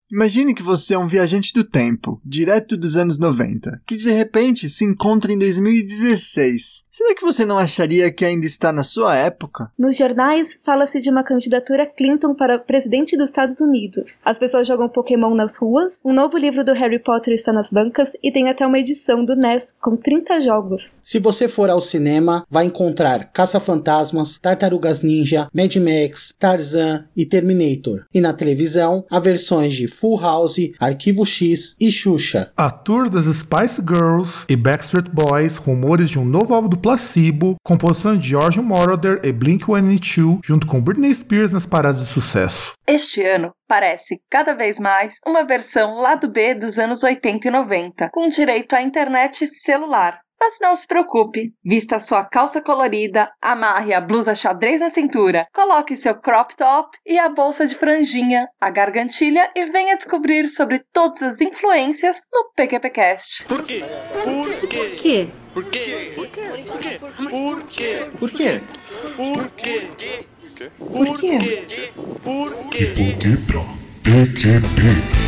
Imagine que você é um viajante do tempo, direto dos anos 90, que de repente se encontra em 2016. Será que você não acharia que ainda está na sua época? Nos jornais, fala-se de uma candidatura Clinton para presidente dos Estados Unidos. As pessoas jogam Pokémon nas ruas, um novo livro do Harry Potter está nas bancas e tem até uma edição do NES com 30 jogos. Se você for ao cinema, vai encontrar Caça-Fantasmas, Tartarugas Ninja, Mad Max, Tarzan e Terminator. E na televisão, há versões de Full House, Arquivo X e Xuxa. A tour das Spice Girls e Backstreet Boys, rumores de um novo álbum do Placebo, composição de George Moroder e Blink-182, junto com Britney Spears nas paradas de sucesso. Este ano parece, cada vez mais, uma versão lado B dos anos 80 e 90, com direito à internet celular. Mas não se preocupe, vista a sua calça colorida, amarre a blusa xadrez na cintura, coloque seu crop top e a bolsa de franjinha, a gargantilha e venha descobrir sobre todas as influências no PQPcast. Por quê? Por quê? Por quê? Por quê? Por quê? Por quê? Por quê? Por quê? Por quê? Por quê? E por quê pra PQP?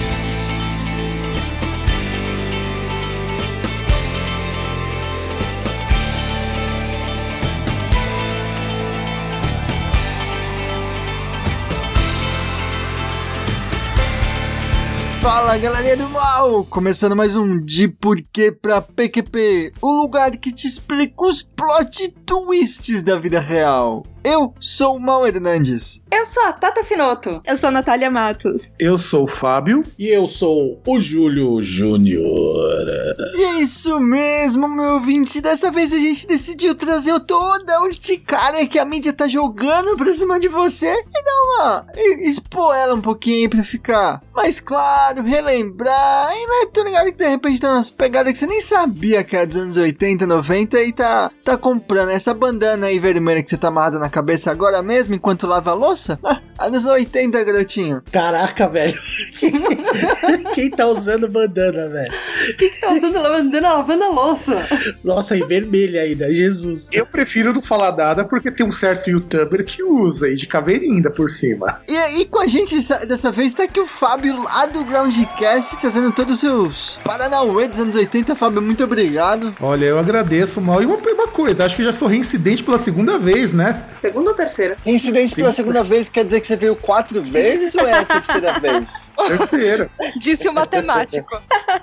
Fala galerinha do mal! Começando mais um De Porquê pra PQP, o lugar que te explica os plot twists da vida real. Eu sou o Mal Hernandes. Eu sou a Tata Finoto. Eu sou a Natália Matos. Eu sou o Fábio. E eu sou o Júlio Júnior. E é isso mesmo, meu ouvinte. Dessa vez a gente decidiu trazer toda a urticária que a mídia tá jogando pra cima de você e dar expor ela um pouquinho aí pra ficar mais claro, relembrar. E né, tô ligado que de repente tem umas pegadas que você nem sabia que era dos anos 80, 90 e tá comprando essa bandana aí vermelha que você tá amarrada na cabeça agora mesmo, enquanto lava a louça? Anos 80, garotinho. Caraca, velho. Quem tá usando bandana, velho? Quem tá usando bandana lavando a louça? Nossa, e vermelha ainda, Jesus. Eu prefiro não falar nada porque tem um certo youtuber que usa e de caveirinha ainda por cima. E com a gente dessa vez tá aqui o Fábio lá do Groundcast, trazendo todos os seus Paranauê dos anos 80. Fábio, muito obrigado. Olha, eu agradeço, Mal. E uma coisa, acho que já sou reincidente pela segunda vez, né? Segunda ou terceira? Reincidente pela segunda vez quer dizer que você veio 4 vezes ou é a terceira vez? Terceira. Disse o matemático.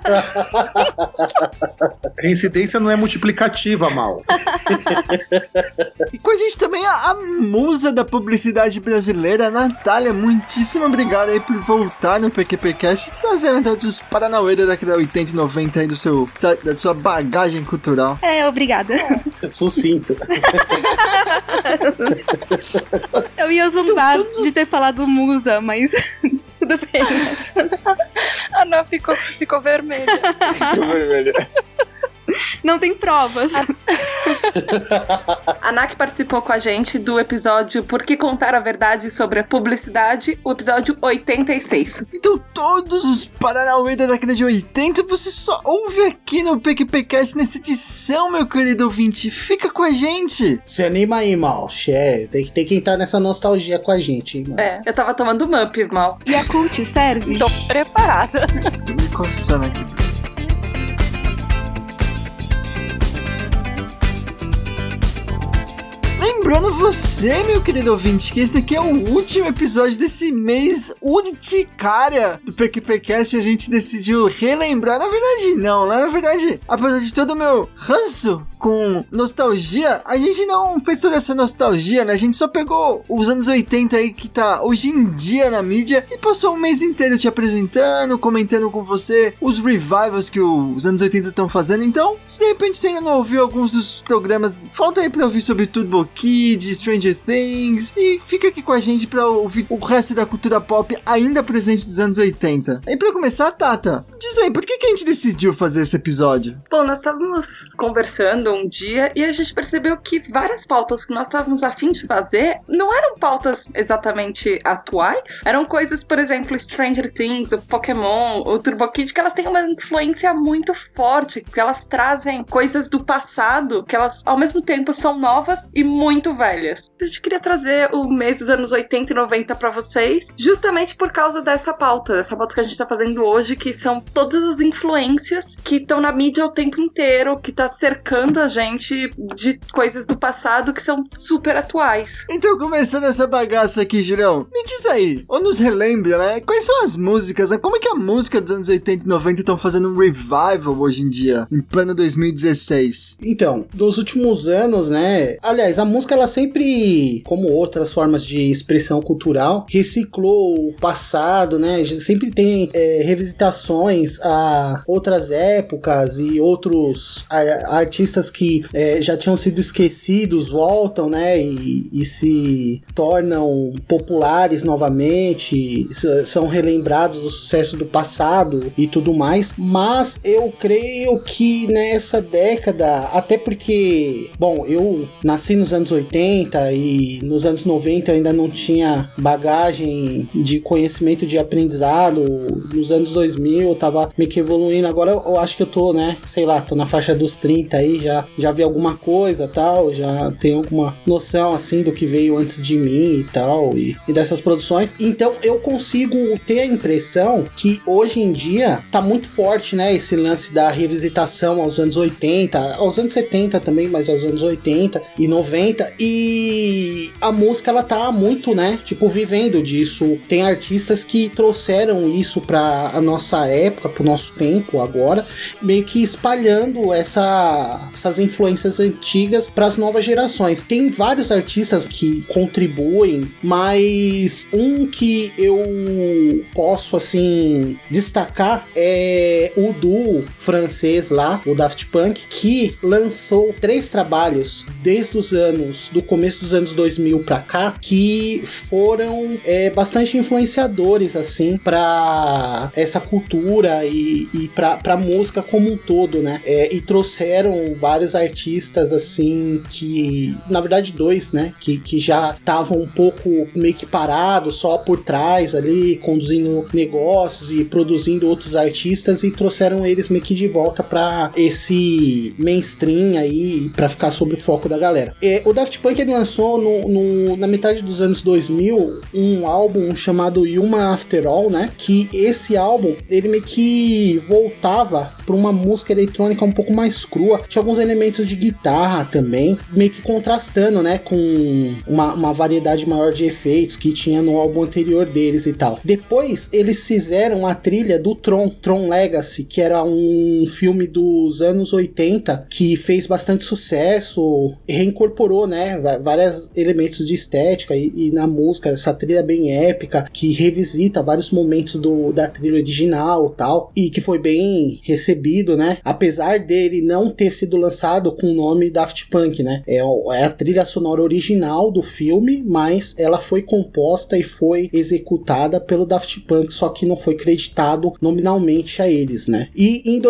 Reincidência não é multiplicativa, Mal. E com a gente também a musa da publicidade brasileira, a Natália. Muitíssimo obrigado aí por voltar no PQPcast e trazendo todos os Paranauê da década 80 e 90 aí da sua bagagem cultural. Obrigada. Sucinto. Eu ia zombar de ter falado musa, mas tudo bem. Ah, não, ficou vermelha. Ficou vermelha. Não tem provas. A Nak participou com a gente do episódio Por que Contar a Verdade sobre a Publicidade, o episódio 86. Então todos os Paranauê da década de 80 você só ouve aqui no PQPcast nessa edição, meu querido ouvinte. Fica com a gente. Se anima aí, Mal. Tem que entrar nessa nostalgia com a gente, hein, mano. Eu tava tomando MUP, Mal. E a Cult serve? Tô preparada. Tô me coçando aqui. Lembrando você, meu querido ouvinte, que esse aqui é o último episódio desse mês urticária do PQPcast. A gente decidiu relembrar, na verdade não, né? Na verdade, apesar de todo o meu ranço com nostalgia, a gente não fez toda essa nostalgia, né? A gente só pegou os anos 80 aí que tá hoje em dia na mídia e passou um mês inteiro te apresentando, comentando com você os revivals que os anos 80 estão fazendo. Então, se de repente você ainda não ouviu alguns dos programas, volta aí pra ouvir sobre Turbo Kid, Stranger Things e fica aqui com a gente pra ouvir o resto da cultura pop ainda presente dos anos 80. E pra começar, Tata, diz aí, por que a gente decidiu fazer esse episódio? Bom, nós estávamos conversando conversando um dia e a gente percebeu que várias pautas que nós estávamos a fim de fazer não eram pautas exatamente atuais, eram coisas, por exemplo, Stranger Things, o Pokémon, o Turbo Kid, que elas têm uma influência muito forte, que elas trazem coisas do passado, que elas ao mesmo tempo são novas e muito velhas. A gente queria trazer o mês dos anos 80 e 90 pra vocês, justamente por causa dessa pauta que a gente tá fazendo hoje, que são todas as influências que estão na mídia o tempo inteiro, que tá cercando a gente de coisas do passado que são super atuais. Então, começando essa bagaça aqui, Julião, me diz aí, ou nos relembra, né? Quais são as músicas, né? Como é que a música dos anos 80 e 90 estão fazendo um revival hoje em dia, em plano 2016? Então, dos últimos anos, né? Aliás, a música, ela sempre, como outras formas de expressão cultural, reciclou o passado, né? Sempre tem revisitações a outras épocas e outros artistas que já tinham sido esquecidos voltam, né? E se tornam populares novamente, são relembrados do sucesso do passado e tudo mais. Mas eu creio que nessa década, até porque, bom, eu nasci nos anos 80 e nos anos 90 eu ainda não tinha bagagem de conhecimento de aprendizado. Nos anos 2000 eu tava meio que evoluindo. Agora eu acho que eu tô, né, sei lá, tô na faixa dos 30 aí, já vi alguma coisa tal, já tenho alguma noção assim do que veio antes de mim e tal, e dessas produções. Então eu consigo ter a impressão que hoje em dia tá muito forte, né, esse lance da revisitação aos anos 80, aos anos 70 também, mas aos anos 80 e 90, e a música ela tá muito, né, tipo, vivendo disso. Tem artistas que trouxeram isso pra a nossa época, pro nosso tempo agora, meio que espalhando essas influências antigas pras novas gerações. Tem vários artistas que contribuem, mas um que eu posso, assim, destacar é o duo francês lá, o Daft Punk, que lançou 3 trabalhos desde do começo dos anos 2000 pra cá, que foram bastante influenciadores, assim, pra essa cultura e pra música como um todo, né? E trouxeram vários artistas, assim, que, na verdade, 2, né? Que já estavam um pouco meio que parados, só por trás ali, conduzindo negócios e produzindo outros artistas, e trouxeram eles meio que de volta pra esse mainstream aí, pra ficar sob o foco da galera. O Daft Punk, ele lançou na metade dos anos 2000 um álbum chamado Human After All, né? Que esse álbum, ele meio que voltava pra uma música eletrônica um pouco mais crua. Tinha alguns elementos de guitarra também, meio que contrastando, né? Com uma variedade maior de efeitos que tinha no álbum anterior deles e tal. Depois, eles fizeram a trilha do Tron Legacy, que era um filme dos anos 80, que fez bastante sucesso, reincorporou, né, vários elementos de estética e na música, essa trilha bem épica, que revisita vários momentos da trilha original e tal, e que foi bem recebido, né, apesar dele não ter sido lançado com o nome Daft Punk, né, é a trilha sonora original do filme, mas ela foi composta e foi executada pelo Daft Punk, só que não foi creditado nominalmente a eles, né. E em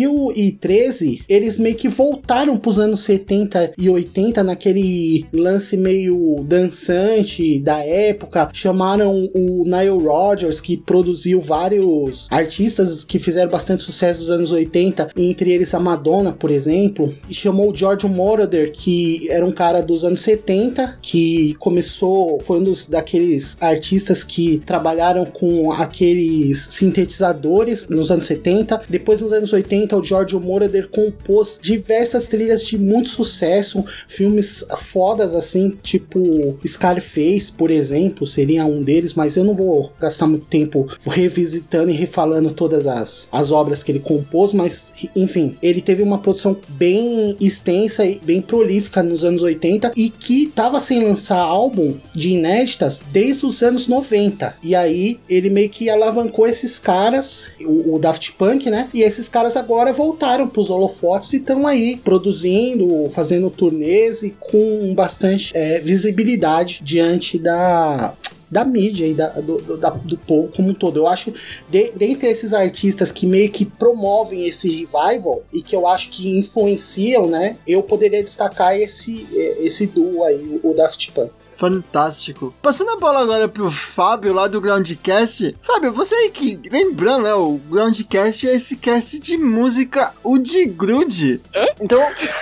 2013, eles meio que voltaram pros anos 70 e 80 naquele lance meio dançante da época. Chamaram o Nile Rodgers, que produziu vários artistas que fizeram bastante sucesso dos anos 80, entre eles a Madonna, por exemplo, e chamou o Giorgio Moroder, que era um cara dos anos 70, que foi um daqueles artistas que trabalharam com aqueles sintetizadores nos anos 70. Depois, nos anos 80, o Giorgio Moroder compôs diversas trilhas de muito sucesso, filmes fodas assim, tipo Scarface, por exemplo, seria um deles, mas eu não vou gastar muito tempo revisitando e refalando todas as obras que ele compôs, mas enfim, ele teve uma produção bem extensa e bem prolífica nos anos 80 e que tava sem lançar álbum de inéditas desde os anos 90, e aí ele meio que alavancou esses caras, o Daft Punk, né, e esses caras agora voltaram pros holofotes e estão aí produzindo, fazendo turnês e com bastante visibilidade diante da mídia e do povo como um todo. Eu acho, dentre esses artistas que meio que promovem esse revival e que eu acho que influenciam, né, eu poderia destacar esse duo aí, o Daft Punk. Fantástico. Passando a bola agora pro Fábio, lá do Groundcast. Fábio, você aí que, lembrando, né, o Groundcast é esse cast de música Udigrude. Então...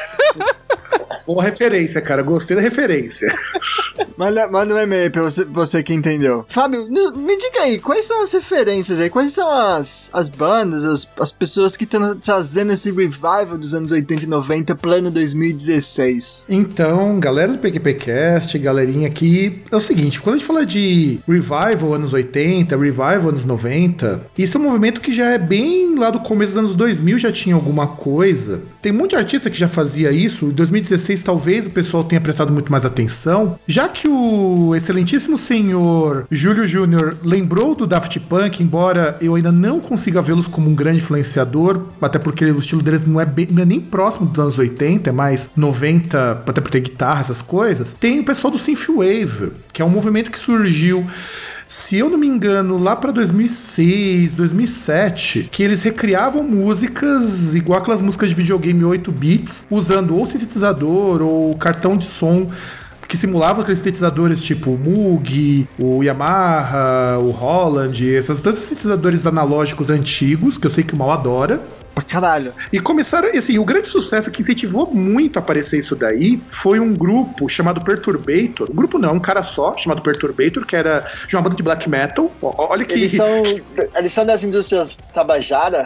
Boa referência, cara. Gostei da referência. Manda um e-mail pra você que entendeu. Fábio, me diga aí, quais são as referências aí? Quais são as bandas, as pessoas que estão trazendo esse revival dos anos 80 e 90 plano 2016? Então, galera do PQPcast, galerinha aqui, é o seguinte, quando a gente fala de revival anos 80, revival anos 90, isso é um movimento que já é bem lá do começo dos anos 2000, já tinha alguma coisa. Tem um monte de artista que já fazia isso. Em 2016 talvez o pessoal tenha prestado muito mais atenção, já que o excelentíssimo senhor Júlio Júnior lembrou do Daft Punk, embora eu ainda não consiga vê-los como um grande influenciador, até porque o estilo deles não é nem próximo dos anos 80, é mais 90, até por ter guitarra, essas coisas. Tem o pessoal do Synthwave, que é um movimento que surgiu, se eu não me engano, lá pra 2006, 2007, que eles recriavam músicas igual aquelas músicas de videogame 8 bits, usando ou sintetizador ou cartão de som que simulavam aqueles sintetizadores tipo o Moog, o Yamaha, o Holland, todos esses sintetizadores analógicos antigos, que eu sei que o Mal adora. Pra caralho. E começaram, assim, o grande sucesso que incentivou muito a aparecer isso daí foi um grupo chamado Perturbator. Um grupo não, um cara só, chamado Perturbator, que era de uma banda de black metal. Olha que... Eles são das indústrias Tabajara?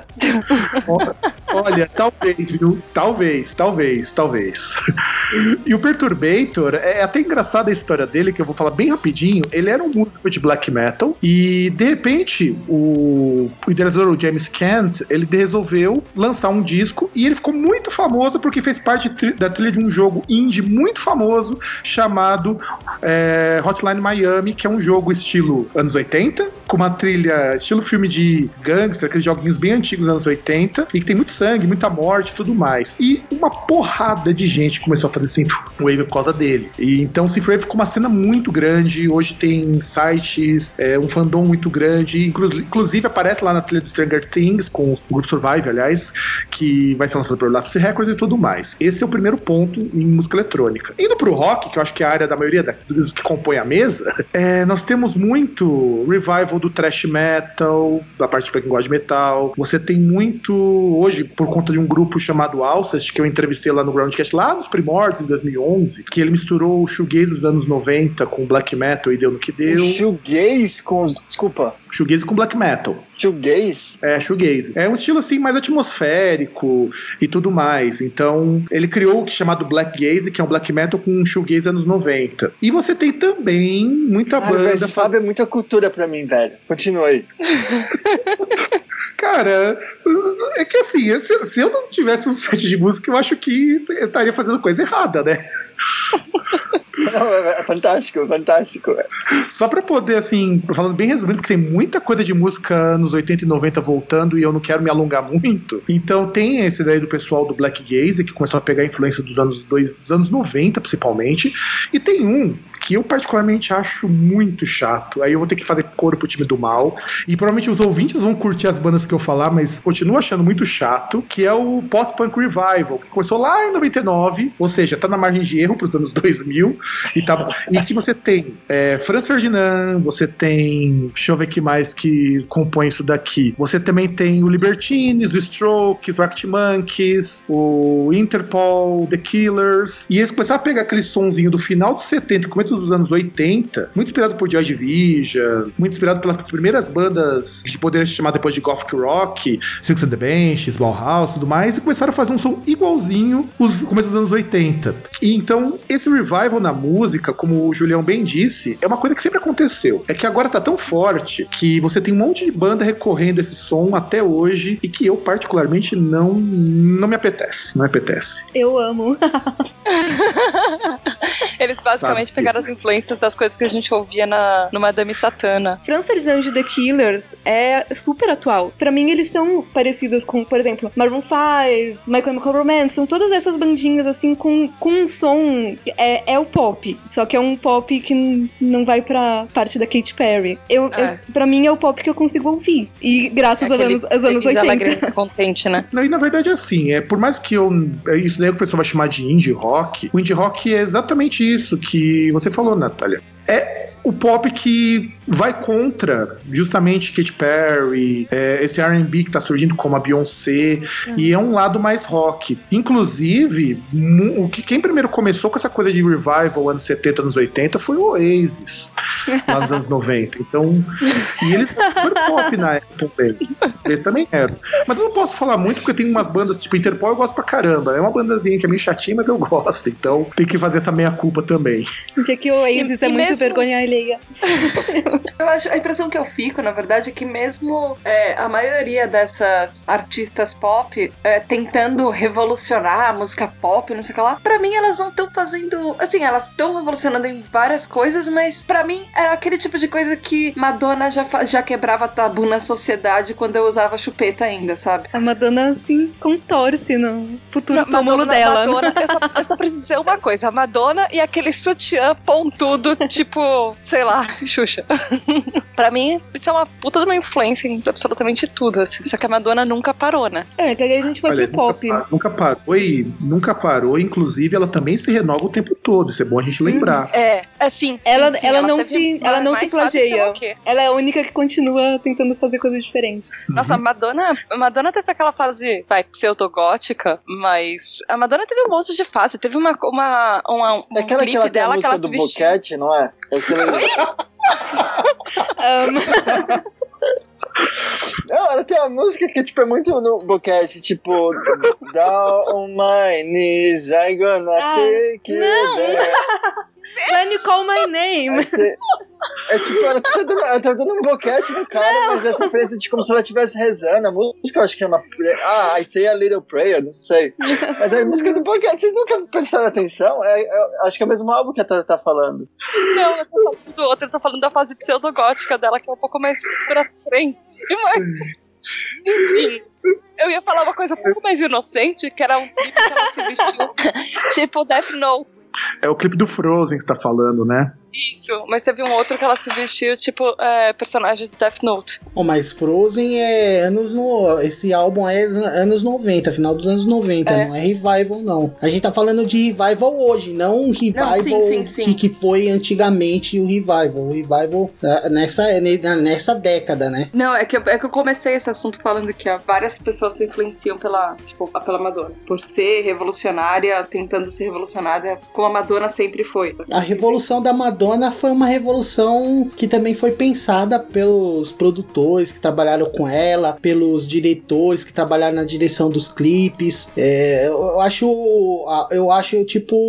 Olha, talvez, viu? Talvez. E o Perturbator, é até engraçada a história dele, que eu vou falar bem rapidinho. Ele era um músico de black metal e, de repente, o idealizador, o James Kent, ele resolveu lançar um disco e ele ficou muito famoso porque fez parte da trilha de um jogo indie muito famoso chamado Hotline Miami, que é um jogo estilo anos 80, com uma trilha estilo filme de gangster, aqueles joguinhos bem antigos dos anos 80, e que tem muito sangue, muita morte e tudo mais. E uma porrada de gente começou a fazer Synthwave por causa dele. E então o Synthwave ficou uma cena muito grande, hoje tem sites, um fandom muito grande, inclusive aparece lá na trilha de Stranger Things, com o grupo Survive, aliás, que vai ser lançado pelo Lapse Records e tudo mais. Esse é o primeiro ponto em música eletrônica. Indo pro rock, que eu acho que é a área da maioria dos que compõem a mesa, nós temos muito revival do thrash metal, da parte pra quem gosta de metal. Você tem muito, hoje, por conta de um grupo chamado Alcest, que eu entrevistei lá no Groundcast, lá nos primórdios, em 2011, que ele misturou o shoegaze dos anos 90 com black metal e deu no que deu. O shoegaze com... Desculpa. Shoegaze com black metal. Shoegaze? Shoegaze. É um estilo assim mais atmosférico e tudo mais. Então, ele criou o que é chamado Black Gaze, que é um black metal com um shoegaze anos 90. E você tem também muita banda... Esse Fábio é muita cultura pra mim, velho. Continua aí. Cara, é que assim, se eu não tivesse um set de música, eu acho que eu estaria fazendo coisa errada, né? Não, é fantástico. Só pra poder, assim, falando bem resumido, porque tem muita coisa de música anos 80 e 90 voltando e eu não quero me alongar muito. Então tem esse daí do pessoal do Black Gaze, que começou a pegar a influência dos anos 90, principalmente. E tem um que eu particularmente acho muito chato. Aí eu vou ter que fazer coro pro time do mal. E provavelmente os ouvintes vão curtir as bandas que eu falar, mas continuo achando muito chato, que é o Post-Punk Revival, que começou lá em 99, ou seja, tá na margem de erro pros anos 2000. E que você tem Franz Ferdinand, você tem, deixa eu ver que mais que compõe isso daqui, você também tem o Libertines, o Strokes, o Arctic Monkeys, o Interpol, The Killers, e eles começaram a pegar aquele sonzinho do final dos 70, começo dos anos 80, muito inspirado por Joy Division, muito inspirado pelas primeiras bandas que poderiam se chamar depois de Gothic Rock, Six and the Benches, Bauhaus e tudo mais, e começaram a fazer um som igualzinho os começos dos anos 80. E então, esse revival na música, como o Julião bem disse, é uma coisa que sempre aconteceu. É que agora tá tão forte que você tem um monte de banda recorrendo a esse som até hoje e que eu particularmente não me apetece. Não me apetece. Eu amo. Eles basicamente pegaram as influências das coisas que a gente ouvia no Madame Satana. Franz Ferdinand e The Killers é super atual. Pra mim, eles são parecidos com, por exemplo, Maroon 5, My Chemical Romance. São todas essas bandinhas, assim, com um som... É o pop. Só que é um pop que não vai pra parte da Katy Perry. Pra mim, é o pop que eu consigo ouvir. E graças aos anos 80. Contente, né? Não, e na verdade é assim, por mais que isso daí o pessoal vai chamar de indie rock, o indie rock é exatamente isso que você falou, Natália. É o pop que vai contra justamente Katy Perry, esse R&B que tá surgindo como a Beyoncé, e é um lado mais rock. Inclusive, quem primeiro começou com essa coisa de revival anos 70, anos 80 foi o Oasis, lá nos anos 90. Então, e eles foram pop na época também. Eles também eram. Mas eu não posso falar muito porque tem umas bandas, tipo Interpol, eu gosto pra caramba. É uma bandazinha que é meio chatinha, mas eu gosto. Então, tem que fazer essa meia-culpa também. Gente, que o Oasis é muito vergonha alheia. Eu acho, a impressão que eu fico, na verdade, é que mesmo a maioria dessas artistas pop tentando revolucionar a música pop, não sei o que lá, pra mim elas não estão fazendo... Assim, elas estão revolucionando em várias coisas, mas pra mim era aquele tipo de coisa que Madonna já quebrava tabu na sociedade quando eu usava chupeta ainda, sabe? A Madonna, assim, contorce no futuro túmulo dela. Madonna, eu só preciso dizer uma coisa. A Madonna e aquele sutiã pontudo, tipo, sei lá, Xuxa. Pra mim, isso é uma puta de uma influência em absolutamente tudo, assim. Só que a Madonna nunca parou, né? Que aí a gente vai pro pop. Nunca parou, inclusive ela também se renova o tempo todo, isso é bom a gente lembrar. Sim. Ela não se plageia. Ela é a única que continua tentando fazer coisas diferentes. Nossa, a Madonna teve aquela fase, pseudogótica, mas a Madonna teve um monte de fase. Teve um aquela clipe que ela tem dela a música do boquete, não é? Não, ela tem uma música que tipo, é muito no boquete, tipo Down on my knees, I gonna take you there. When you call my name. Tipo, ela tá dando um boquete no cara, mas essa frente de como se ela estivesse rezando. A música eu acho que é uma... I say a little prayer, não sei. Mas a música do boquete, vocês nunca prestaram atenção? Acho que é o mesmo álbum que a Tata tá falando. Não, eu tô falando do outro, eu tô falando da fase pseudogótica dela, que é um pouco mais pra frente. Enfim, eu ia falar uma coisa um pouco mais inocente, que era um clipe que ela se vestiu tipo Death Note. É o clipe do Frozen que você tá falando, né? Isso, mas teve um outro que ela se vestiu tipo personagem de Death Note. Mas Frozen é esse álbum é anos 90, final dos anos 90, não é revival não. A gente tá falando de revival hoje, não um revival sim. Que foi antigamente o revival. O revival nessa década, né? Não, é que eu comecei esse assunto falando que várias pessoas se influenciam pela Madonna. Por ser revolucionária, tentando ser revolucionária, como a Madonna sempre foi. A revolução da Madonna foi uma revolução que também foi pensada pelos produtores que trabalharam com ela, pelos diretores que trabalharam na direção dos clipes. Eu acho tipo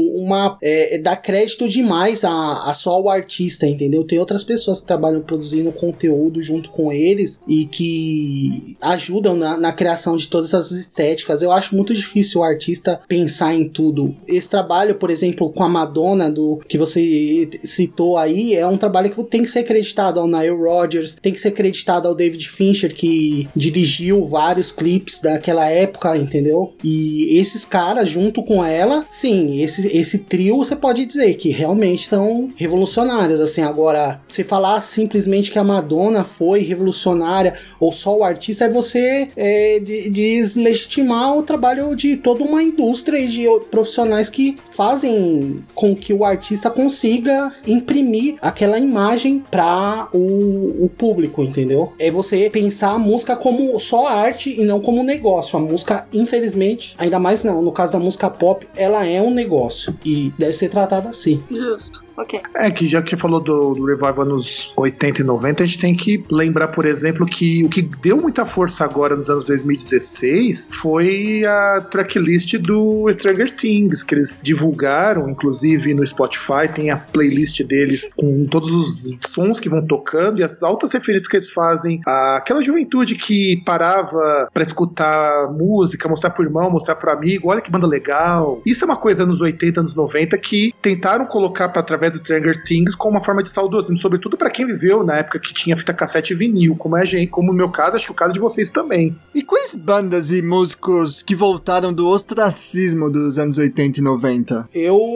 dá crédito demais a só o artista, entendeu? Tem outras pessoas que trabalham produzindo conteúdo junto com eles e que ajudam na criação de todas essas estéticas. Eu acho muito difícil o artista pensar em tudo. Esse trabalho, por exemplo, com a Madonna, que você citou aí, é um trabalho que tem que ser acreditado ao Nile Rodgers, tem que ser acreditado ao David Fincher, que dirigiu vários clipes daquela época, entendeu? E esses caras, junto com ela, sim, esse trio, você pode dizer que realmente são revolucionários, assim. Agora, você falar simplesmente que a Madonna foi revolucionária, ou só o artista, é você deslegitimar o trabalho de toda uma indústria e de profissionais que fazem com que o artista consiga imprimir aquela imagem para o público, entendeu? É você pensar a música como só arte e não como negócio. A música, infelizmente, ainda mais no caso da música pop, ela é um negócio e deve ser tratada assim. Justo. ok. Que já que você falou do revival nos 80 e 90, a gente tem que lembrar, por exemplo, que o que deu muita força agora nos anos 2016 foi a tracklist do Stranger Things, que eles divulgaram, inclusive no Spotify, tem a playlist deles com todos os sons que vão tocando e as altas referências que eles fazem àquela juventude que parava pra escutar música, mostrar pro irmão, mostrar pro amigo, olha que banda legal. Isso é uma coisa nos 80, anos 90 que tentaram colocar através do Stranger Things como uma forma de saudosismo, sobretudo pra quem viveu na época que tinha fita cassete e vinil, como a gente, como no meu caso, acho que o caso de vocês também. E quais bandas e músicos que voltaram do ostracismo dos anos 80 e 90?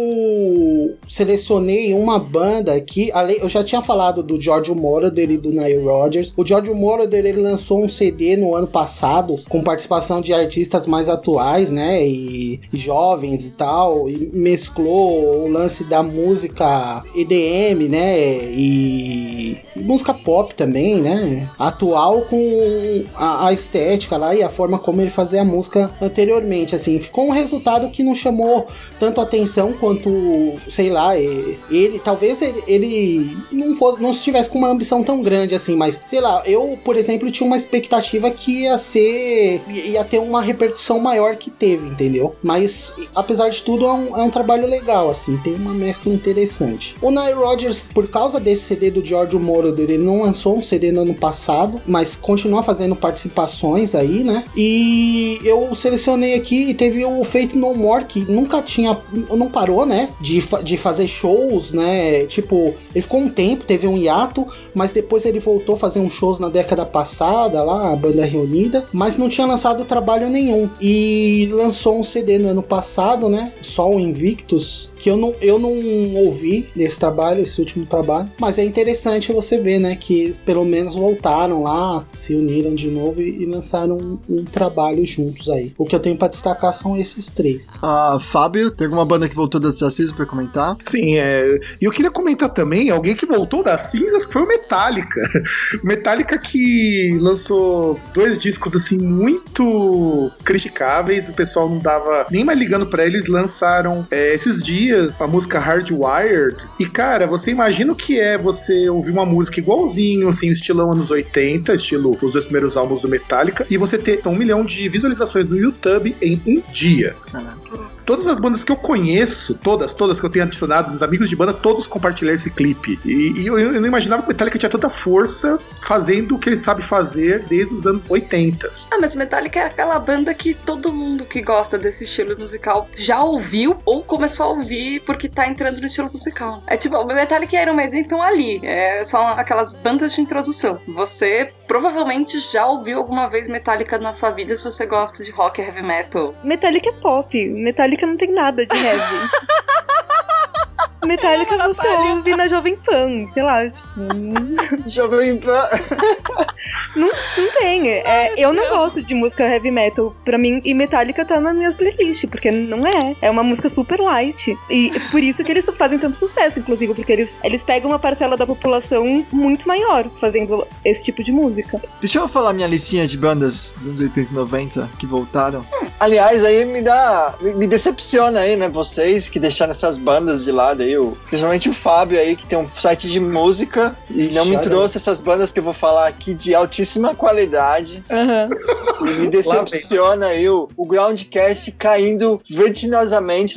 Eu selecionei uma banda que, eu já tinha falado do George Moroder e do Nile Rodgers. O George Moroder, ele lançou um CD no ano passado com participação de artistas mais atuais, né, e jovens e tal, e mesclou o lance da música EDM, né, e música pop também, né, atual com a estética lá e a forma como ele fazia a música anteriormente, assim, ficou um resultado que não chamou tanto atenção quanto, sei lá, talvez ele não estivesse com uma ambição tão grande assim, mas, sei lá, eu, por exemplo, tinha uma expectativa que ia ter uma repercussão maior que teve, entendeu? Mas, apesar de tudo, é um trabalho legal, assim, tem uma mescla interessante. O Nile Rodgers, por causa desse CD do George Moroder, ele não lançou um CD no ano passado, mas continua fazendo participações aí, né? E eu selecionei aqui e teve o Faith No More, que não parou, né? De fazer shows, né? Tipo, ele ficou um tempo, teve um hiato, mas depois ele voltou a fazer uns shows na década passada, lá, a banda reunida, mas não tinha lançado trabalho nenhum. E lançou um CD no ano passado, né? Só o Invictus, que eu não ouvi esse último trabalho, mas é interessante você ver, né? Que eles pelo menos voltaram lá, se uniram de novo e lançaram um trabalho juntos aí. O que eu tenho pra destacar são esses três. Fábio, tem alguma banda que voltou do ostracismo pra comentar? Sim, e eu queria comentar também alguém que voltou das cinzas, que foi o Metallica. O Metallica que lançou 2 discos assim muito criticáveis, o pessoal não dava nem mais ligando pra eles, lançaram esses dias a música Hardwired, e cara, você imagina o que é você ouvir uma música igualzinho, assim, estilão anos 80, estilo os 2 primeiros álbuns do Metallica, e você ter 1 milhão de visualizações no YouTube em um dia. Caraca. Todas as bandas que eu conheço, todas que eu tenho adicionado, meus amigos de banda, todos compartilharam esse clipe. E eu não imaginava que o Metallica tinha tanta força fazendo o que ele sabe fazer desde os anos 80. Mas o Metallica é aquela banda que todo mundo que gosta desse estilo musical já ouviu ou começou a ouvir porque tá entrando no estilo musical. É tipo, o Metallica e Iron Maiden estão ali. São aquelas bandas de introdução. Você provavelmente já ouviu alguma vez Metallica na sua vida se você gosta de rock e heavy metal. Metallica é pop. Metallica não tem nada de heavy. Metallica você ouve na Jovem Pan, sei lá. Jovem Pan. Não tem. Eu não gosto de música heavy metal. Pra mim, e Metallica tá nas minhas playlists, porque não é. É uma música super light. E por isso que eles fazem tanto sucesso, inclusive, porque eles pegam uma parcela da população muito maior fazendo esse tipo de música. Deixa eu falar minha listinha de bandas dos anos 80 e 90 que voltaram. Aliás, aí me decepciona aí, né, vocês que deixaram essas bandas de lado aí, principalmente o Fábio aí, que tem um site de música e não me trouxe essas bandas que eu vou falar aqui de altíssima qualidade. Uhum. E me decepciona aí o Groundcast caindo vertiginosamente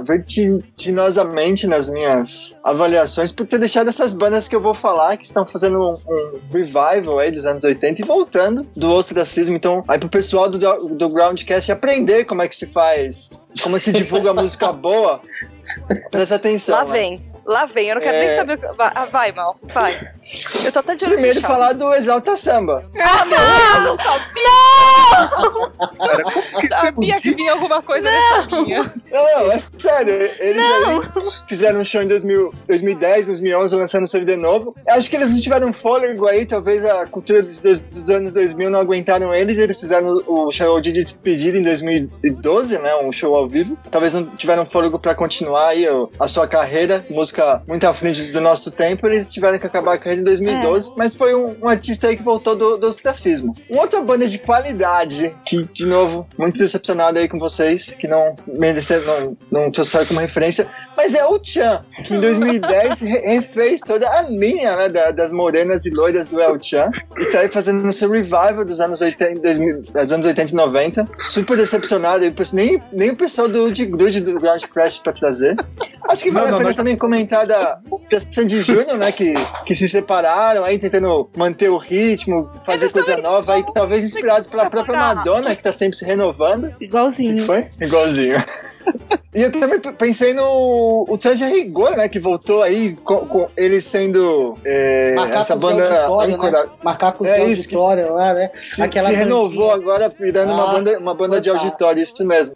nas minhas avaliações por ter deixado essas bandas que eu vou falar, que estão fazendo um revival aí dos anos 80 e voltando do ostracismo. Então, aí pro pessoal do Groundcast aprender como é que se faz, como é que se divulga música boa. Presta atenção. Lá vem, eu não quero nem saber. Vai, Mal, vai. Eu tô até de olho. Primeiro falar do Exalta Samba. Meu Deus, eu sabia! Sabia que vinha alguma coisa nessa linha. Não, é sério. Eles aí fizeram um show em 2010, 2011, lançando um CD novo. Eu acho que eles não tiveram fôlego aí, talvez a cultura dos anos 2000 não aguentaram eles fizeram o show de despedida em 2012, né, um show ao vivo. Talvez não tiveram fôlego pra continuar aí a sua carreira, música muito à frente do nosso tempo, eles tiveram que acabar a carreira em 2012, mas foi um artista aí que voltou do ostracismo. Uma outra banda de qualidade, que novo, muito decepcionado aí com vocês, que não mereceram, não trouxeram como referência, mas é o Chan, que em 2010 refez toda a linha, né, das morenas e loiras do El Chan, e tá aí fazendo no seu revival dos anos 80, dos anos 80 e 90. Super decepcionado, nem o pessoal do Grude do Ground Crash pra trazer. Acho que vale a pena também comentar da Sandy Júnior, né, que se separaram aí tentando manter o ritmo, fazer coisa nova, aí talvez inspirados pela própria Madonna, que tá sempre se renovando. Igualzinho. Foi? Igualzinho. E eu também pensei no o Traje Rigor, né, que voltou aí com ele sendo essa banda âncora. Né? Macacos de auditório lá, né? Se renovou agora, virando uma banda de auditório, isso mesmo.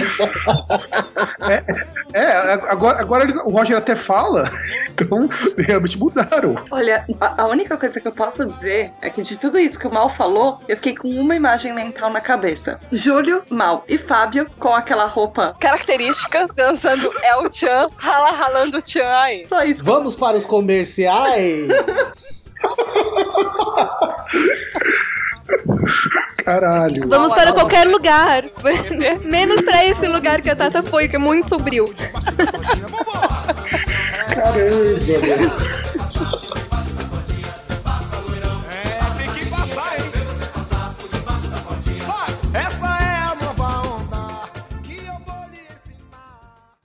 Agora o Roger até fala, então realmente mudaram. Olha, a única coisa que eu posso dizer é que de tudo isso que o Mal falou, eu fiquei com uma imagem mental na cabeça. Júlio, Mal e Fábio com aquela roupa característica, dançando El Chan, ralando o Chan aí. Só isso. Vamos para os comerciais! Caralho. Vamos para qualquer lugar. Menos para esse lugar que a Tata foi, que é muito sombrio. Caramba. Tem que passar, hein? Essa é a nova onda que eu vou lhe ensinar.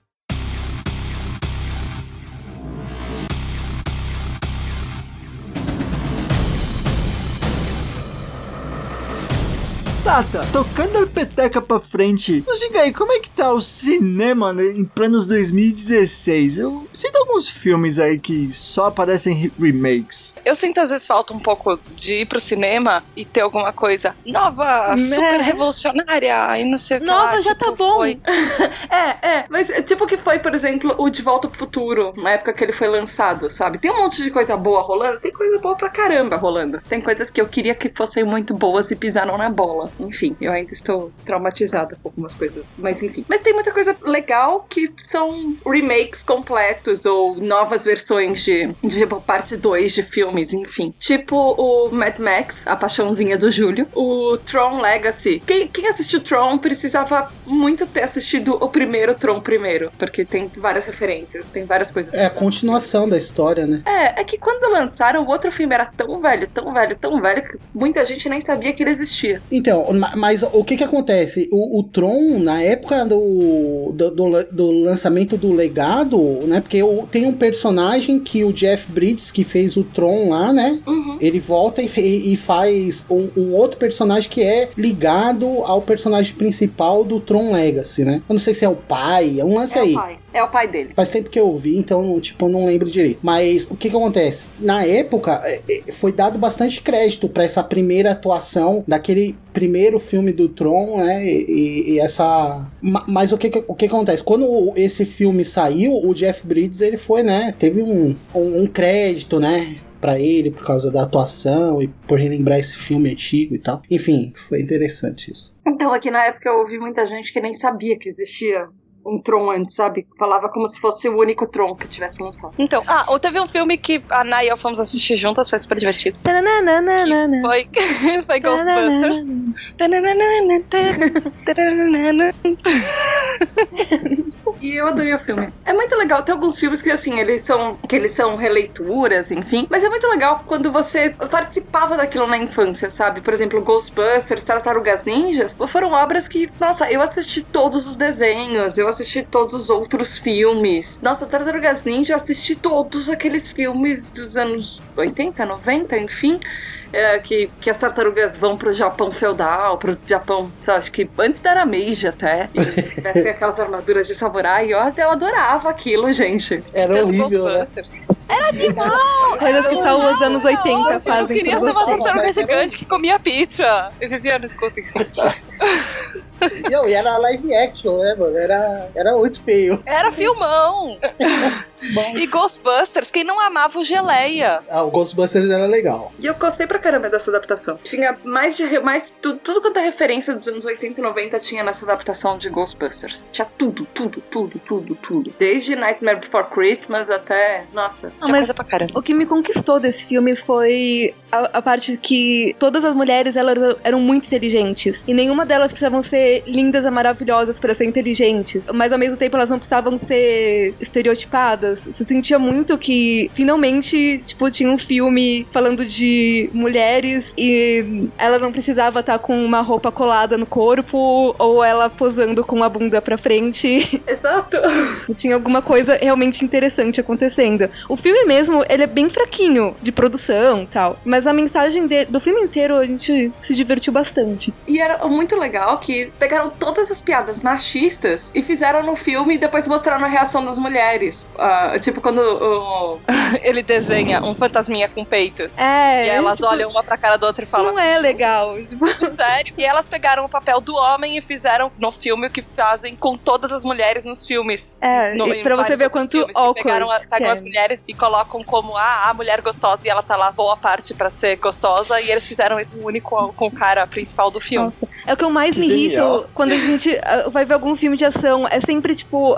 Tata, tocando a peteca pra frente, nos diga aí, como é que tá o cinema, né, em planos 2016? Eu sinto alguns filmes aí que só aparecem remakes. Eu sinto às vezes falta um pouco de ir pro cinema e ter alguma coisa nova, super revolucionária e não sei o que nova lá, já tipo, tá bom. Foi. Mas tipo que foi, por exemplo, o De Volta pro Futuro, na época que ele foi lançado, sabe? Tem um monte de coisa boa rolando, tem coisa boa pra caramba rolando. Tem coisas que eu queria que fossem muito boas e pisaram na bola. Enfim, eu ainda estou traumatizada com algumas coisas, mas enfim. Mas tem muita coisa legal que são remakes completos ou novas versões de parte 2 de filmes, enfim. Tipo o Mad Max, A Paixãozinha do Júlio, o Tron Legacy. Quem assistiu Tron precisava muito ter assistido o primeiro Tron primeiro, porque tem várias referências, tem várias coisas. É a continuação da história, né? É que quando lançaram, o outro filme era tão velho, que muita gente nem sabia que ele existia. Então, mas o que acontece? O Tron, na época do lançamento do Legado, né? Porque tem um personagem que o Jeff Bridges, que fez o Tron lá, né? Uhum. Ele volta e faz um outro personagem que é ligado ao personagem principal do Tron Legacy, né? Eu não sei se é o pai, é um lance aí. É o pai dele. Faz tempo que eu vi, então, tipo, eu não lembro direito. Mas o que acontece? Na época, foi dado bastante crédito pra essa primeira atuação daquele primeiro filme do Tron, né? E essa... Mas o que acontece? Quando esse filme saiu, o Jeff Bridges, ele foi, né? Teve um crédito, né? Pra ele, por causa da atuação e por relembrar esse filme antigo e tal. Enfim, foi interessante isso. Então, aqui na época eu ouvi muita gente que nem sabia que existia um Tron antes, sabe? Falava como se fosse o único Tron que tivesse lançado. Então, ou teve um filme que a Nay e eu fomos assistir juntas, foi super divertido. Que foi Ghostbusters. E eu adorei o filme. É muito legal, tem alguns filmes que assim, eles são releituras, enfim, mas é muito legal quando você participava daquilo na infância, sabe? Por exemplo, Ghostbusters, Tartarugas Ninjas, foram obras que, nossa, eu assisti todos os desenhos, eu assisti todos os outros filmes. Nossa, Tartarugas Ninja, eu assisti todos aqueles filmes dos anos 80, 90, enfim. Que as tartarugas vão pro Japão feudal, pro Japão, sabe, acho que antes da Arameiji até, e vestem aquelas armaduras de samurai, eu adorava aquilo, gente. Era horrível, né? Era animal! Coisas que só os anos 80 fazem. Eu queria ser uma tartaruga gigante que comia pizza. Eu vivia nesse conto. E era live action, né, mano? Era muito feio. Era filmão! E Ghostbusters, quem não amava o Geleia? O Ghostbusters era legal. E eu gostei pra caramba dessa adaptação. Tinha tudo quanto é referência dos anos 80 e 90 tinha nessa adaptação de Ghostbusters. Tinha tudo. Desde Nightmare Before Christmas até... Nossa, tinha coisa pra caramba. O que me conquistou desse filme foi a parte que todas as mulheres, elas eram muito inteligentes. E nenhuma delas precisavam ser lindas e maravilhosas pra ser inteligentes. Mas ao mesmo tempo elas não precisavam ser estereotipadas. Você sentia muito que finalmente, tipo, tinha um filme falando de mulheres e ela não precisava estar com uma roupa colada no corpo ou ela posando com a bunda pra frente. Exato. Tinha alguma coisa realmente interessante acontecendo. O filme mesmo, ele é bem fraquinho de produção e tal, mas a mensagem do filme inteiro a gente se divertiu bastante. E era muito legal que pegaram todas as piadas machistas e fizeram no filme e depois mostraram a reação das mulheres. Tipo, quando ele desenha um fantasminha com peitos. E elas olham uma pra cara da outra e falam... Não é legal. Sério. E elas pegaram o papel do homem e fizeram no filme o que fazem com todas as mulheres nos filmes. Pra você ver quanto pegam as mulheres e colocam como a mulher gostosa e ela tá lá boa parte pra ser gostosa e eles fizeram isso único com o cara principal do filme. Nossa. É o que eu mais me irrito quando a gente vai ver algum filme de ação. É sempre, tipo,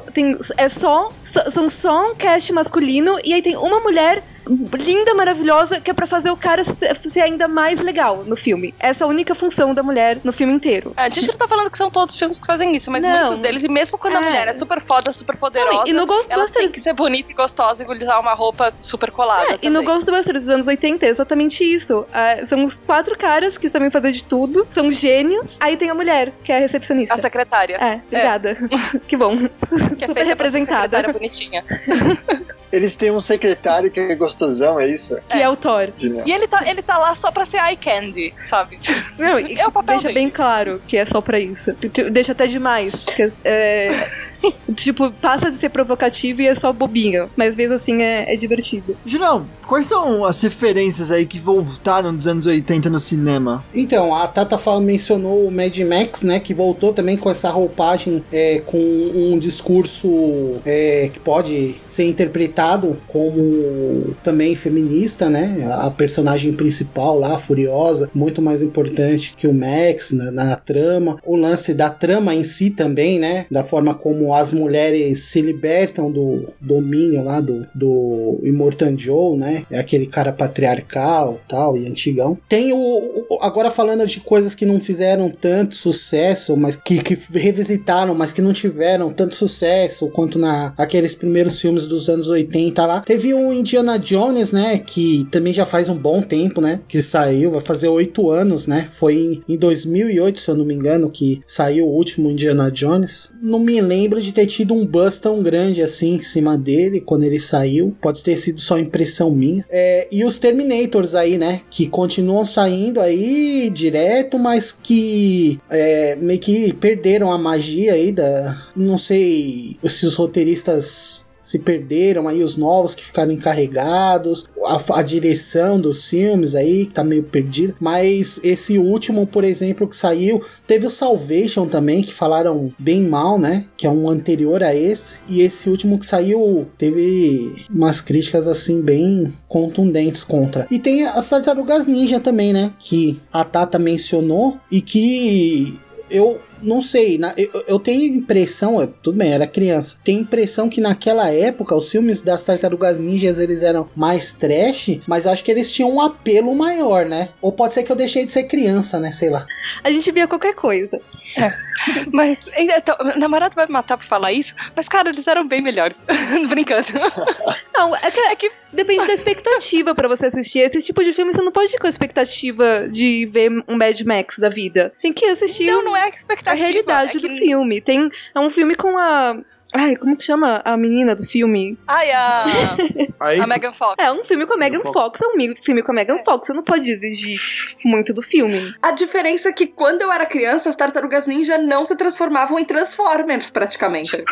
são só um cast masculino e aí tem uma mulher linda, maravilhosa, que é pra fazer o cara ser ainda mais legal no filme. Essa é a única função da mulher no filme inteiro. A gente não tá falando que são todos os filmes que fazem isso, mas muitos deles, e mesmo quando a mulher é super foda, super poderosa, e no Ghostbusters, ela tem que ser bonita e gostosa e usar uma roupa super colada. E no Ghostbusters dos anos 80 é exatamente isso. São os 4 caras que sabem fazer de tudo, são gênios. Aí tem a mulher, que é a recepcionista. A secretária. Obrigada. Que bom. Que é super representada. Secretária bonitinha. Eles têm um secretário que é gostosão, é isso? Que é o Thor. Genial. E ele tá lá só pra ser eye candy, sabe? Não, é o papel deixa dele. bem claro que é só pra isso. Deixa até demais. Tipo, passa de ser provocativo e é só bobinho. Mas mesmo assim é divertido. Julião, quais são as referências aí que voltaram dos anos 80 no cinema? Então, a Tata mencionou o Mad Max, né? Que voltou também com essa roupagem, com um discurso que pode ser interpretado como também feminista, né? A personagem principal lá, Furiosa, muito mais importante que o Max na trama. O lance da trama em si também, né? Da forma como as mulheres se libertam do domínio lá do Immortan Joe, né? É aquele cara patriarcal tal, e antigão. Tem agora falando de coisas que não fizeram tanto sucesso, mas que revisitaram, mas que não tiveram tanto sucesso quanto aqueles primeiros filmes dos anos 80 lá. Teve o Indiana Jones, né? Que também já faz um bom tempo, né? Que saiu, vai fazer 8 anos, né? Foi em 2008, se eu não me engano, que saiu o último Indiana Jones. Não me lembro de ter tido um buzz tão grande assim em cima dele quando ele saiu. Pode ter sido só impressão minha. E os Terminators aí, né? Que continuam saindo aí direto, mas que meio que perderam a magia aí não sei se os roteiristas se perderam aí, os novos que ficaram encarregados, a direção dos filmes aí que tá meio perdida, mas esse último, por exemplo, que saiu, teve o Salvation também, que falaram bem mal, né, que é um anterior a esse, e esse último que saiu teve umas críticas assim bem contundentes contra. E tem as Tartarugas Ninja também, né, que a Tata mencionou e que eu não sei, eu tenho impressão, tudo bem, era criança, tenho impressão que naquela época os filmes das Tartarugas Ninjas eles eram mais trash, mas acho que eles tinham um apelo maior, né? Ou pode ser que eu deixei de ser criança, né? Sei lá. A gente via qualquer coisa. Mas, então, meu namorado vai me matar por falar isso, mas, cara, eles eram bem melhores. Brincando. Não, é que depende da expectativa pra você assistir. Esse tipo de filme você não pode ir com a expectativa de ver um Mad Max da vida. Tem que assistir. Não é a expectativa. A realidade do filme. É um filme com a... Ai, como que chama a menina do filme? A Megan Fox. É um filme com a Megan Fox. É um filme com a Megan Fox. Você não pode exigir muito do filme. A diferença é que quando eu era criança, as Tartarugas Ninja não se transformavam em Transformers, praticamente.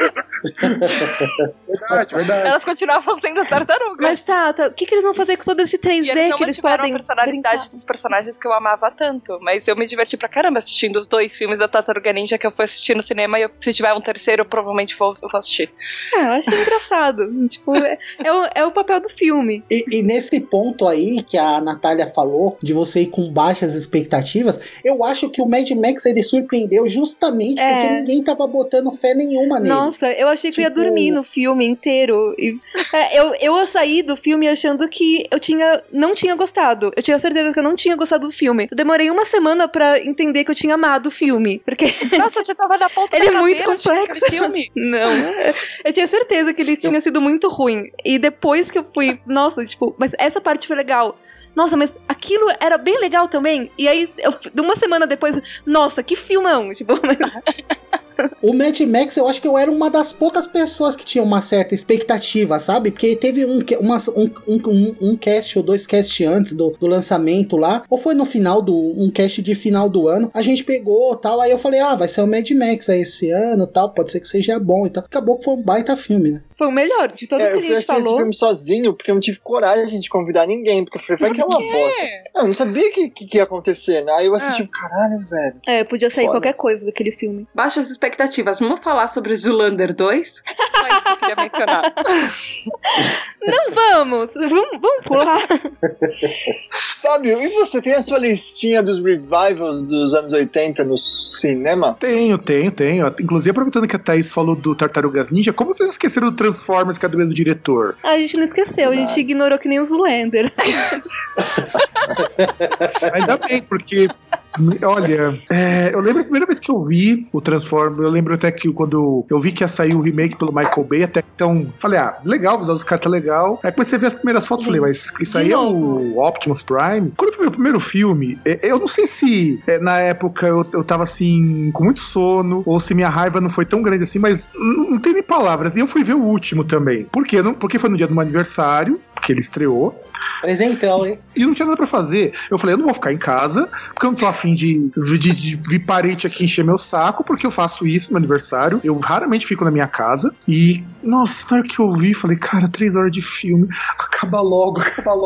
Verdade. Elas continuavam sendo tartarugas. Mas, Tata, o que eles vão fazer com todo esse 3D e eles não que eles podem a personalidade brincar dos personagens que eu amava tanto. Mas eu me diverti pra caramba assistindo os 2 filmes da Tartaruga Ninja que eu fui assistir no cinema. E se tiver um terceiro, eu provavelmente vou vou assistir. Eu achei engraçado. Tipo, é o papel do filme. E nesse ponto aí que a Natália falou, de você ir com baixas expectativas, eu acho que o Mad Max ele surpreendeu justamente porque ninguém tava botando fé nenhuma nele. Nossa, eu achei que eu ia dormir no filme inteiro. Eu saí do filme achando que não tinha gostado. Eu tinha certeza que eu não tinha gostado do filme. Eu demorei uma semana pra entender que eu tinha amado o filme. Porque nossa, você tava na ponta ele da é muito cadeira complexo. Filme? Não, eu tinha certeza que ele tinha sido muito ruim. E depois que eu fui, nossa, tipo, mas essa parte foi legal. Nossa, mas aquilo era bem legal também. E aí, uma semana depois, nossa, que filmão. Tipo, O Mad Max, eu acho que eu era uma das poucas pessoas que tinha uma certa expectativa, sabe? Porque teve um cast ou 2 cast antes do lançamento lá, ou foi no final um cast de final do ano, a gente pegou tal, aí eu falei, vai ser o Mad Max aí esse ano tal, pode ser que seja bom e tal. Acabou que foi um baita filme, né? Foi o melhor de todos que a gente falou. Eu fui assistir esse filme sozinho porque eu não tive coragem de convidar ninguém, porque eu falei, vai que é uma bosta. Eu não sabia que ia acontecer, né? Aí eu assisti, caralho, velho. Podia sair qualquer coisa daquele filme. Baixas expectativas. Vamos falar sobre Zoolander 2? Só isso que eu queria mencionar. Não vamos pular. Fábio, e você tem a sua listinha dos revivals dos anos 80 no cinema? Tenho. Inclusive, aproveitando que a Thaís falou do Tartarugas Ninja, como vocês esqueceram do Transformers, que é do mesmo diretor? A gente não esqueceu, a gente ignorou que nem o Zoolander. Ainda bem, porque... Olha, eu lembro a primeira vez que eu vi o Transformers, eu lembro até que quando eu vi que ia sair o remake pelo Michael Bay, até então, falei, legal, vou usar os caras, tá legal. Aí comecei a ver as primeiras fotos, falei, mas isso aí é o Optimus Prime? Quando eu fui ver o primeiro filme, eu não sei se na época eu tava assim, com muito sono, ou se minha raiva não foi tão grande assim, mas não tem nem palavras. E eu fui ver o último também. Por quê? Porque foi no dia do meu aniversário, que ele estreou. Presentão, hein? E não tinha nada pra fazer. Eu falei, eu não vou ficar em casa, porque eu não tô afim de vir parente aqui encher meu saco, porque eu faço isso no aniversário. Eu raramente fico na minha casa. E, nossa, na hora que eu vi, falei, cara, 3 horas de filme, acaba logo.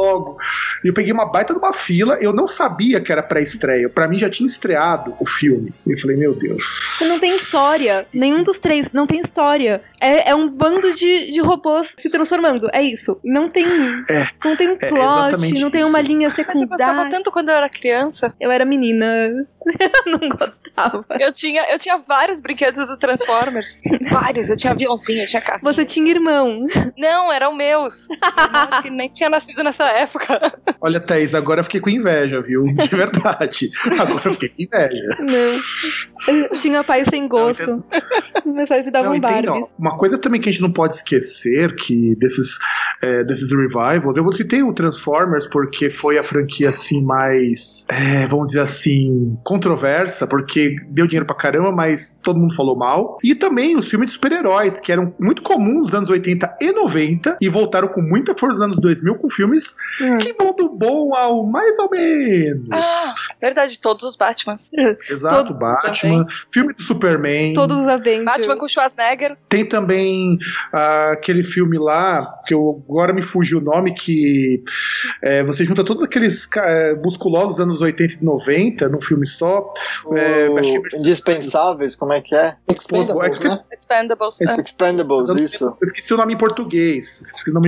E eu peguei uma baita de uma fila, eu não sabia que era pré-estreia. Pra mim já tinha estreado o filme. E eu falei, meu Deus. Não tem história. Nenhum dos 3 não tem história. É um bando de robôs se transformando. É isso. Não tem um plot, não tem uma linha secundária. Mas eu gostava tanto quando eu era criança. Eu era menina. Eu não gostava. Eu tinha vários brinquedos do Transformers. Vários. Eu tinha aviãozinho, eu tinha carro. Você tinha irmão? Não, eram meus. Eu que nem tinha nascido nessa época. Olha, Thaís, agora eu fiquei com inveja, viu? De verdade. Agora eu fiquei com inveja. Não. Eu tinha pai sem gosto. Meus pais me davam Barbie. Uma coisa também que a gente não pode esquecer, que desses revivals, eu citei o Transformers porque foi a franquia assim mais, vamos dizer assim, controversa, porque deu dinheiro pra caramba, mas todo mundo falou mal. E também os filmes de super-heróis, que eram muito comuns nos anos 80 e 90, e voltaram com muita força nos anos 2000 com filmes que vão do bom ao mais ou menos. Verdade, todos os Batmans. Exato, Batman, também. Filme do Superman. Todos os Avengers. Batman com Schwarzenegger. Tem também aquele filme lá, que agora me fugiu o nome, que você junta todos aqueles musculosos dos anos 80 e 90 num filme só. Acho que Indispensáveis, como é que é? Expendables, né? Expendables, isso. Eu esqueci o nome em português.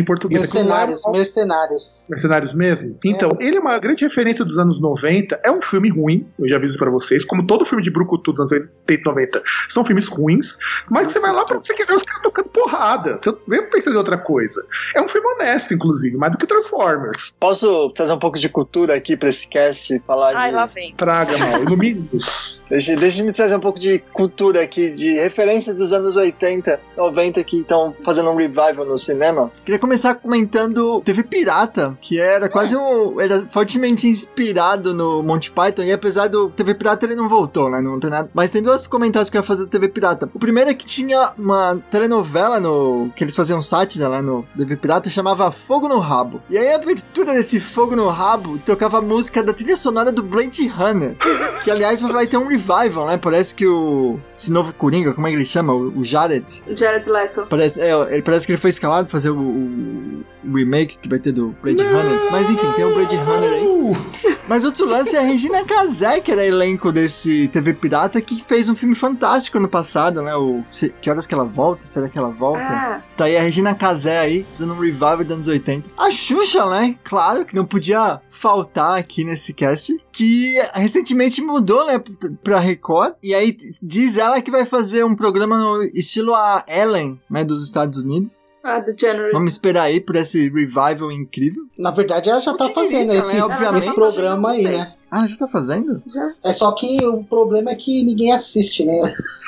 Mercenários mesmo? Então, ele é uma grande referência dos anos 90. É um filme ruim, eu já aviso pra vocês. Como todo filme de brucutu dos anos 80 e 90, são filmes ruins. Mas você vai lá pra você quer ver os caras tocando porrada. Você não pensa em outra coisa. É um filme honesto, inclusive, mais do que Transformers. Posso trazer um pouco de cultura aqui pra esse cast e falar lá vem. Traga, mal. Ilumine-nos. Deixa eu me trazer um pouco de cultura aqui, de referências dos anos 80, 90 que estão fazendo um revival no cinema. Queria começar comentando TV Pirata, que era quase era fortemente inspirado no Monty Python, e apesar do TV Pirata ele não voltou, né? Não tem nada. Mas tem 2 comentários que eu ia fazer do TV Pirata. O primeiro é que tinha uma telenovela que eles faziam sátira lá no TV Pirata, chamava Fogo no Rabo. E aí a abertura desse Fogo no Rabo tocava a música da trilha sonora do Blade Runner, que aliás vai ter um revival, né? Parece que esse novo Coringa, como é que ele chama? O Jared? O Jared Leto. Ele parece que ele foi escalado pra fazer o remake que vai ter do Blade Runner. Mas enfim, tem um Blade Runner aí. Mas outro lance é a Regina Casé, que era elenco desse TV Pirata, que fez um filme fantástico no passado, né? Que horas que ela volta? Será que ela volta? Tá aí a Regina Casé aí, fazendo um revival dos anos 80. A Xuxa, né? Claro que não podia faltar aqui nesse cast, que recentemente mudou, né, pra Record, e aí diz ela que vai fazer um programa no estilo a Ellen, né, dos Estados Unidos. The Generous. Vamos esperar aí por esse revival incrível. Na verdade, ela já tá fazendo esse programa aí, né? Ah, ela já tá fazendo? Já. É só que o problema é que ninguém assiste, né?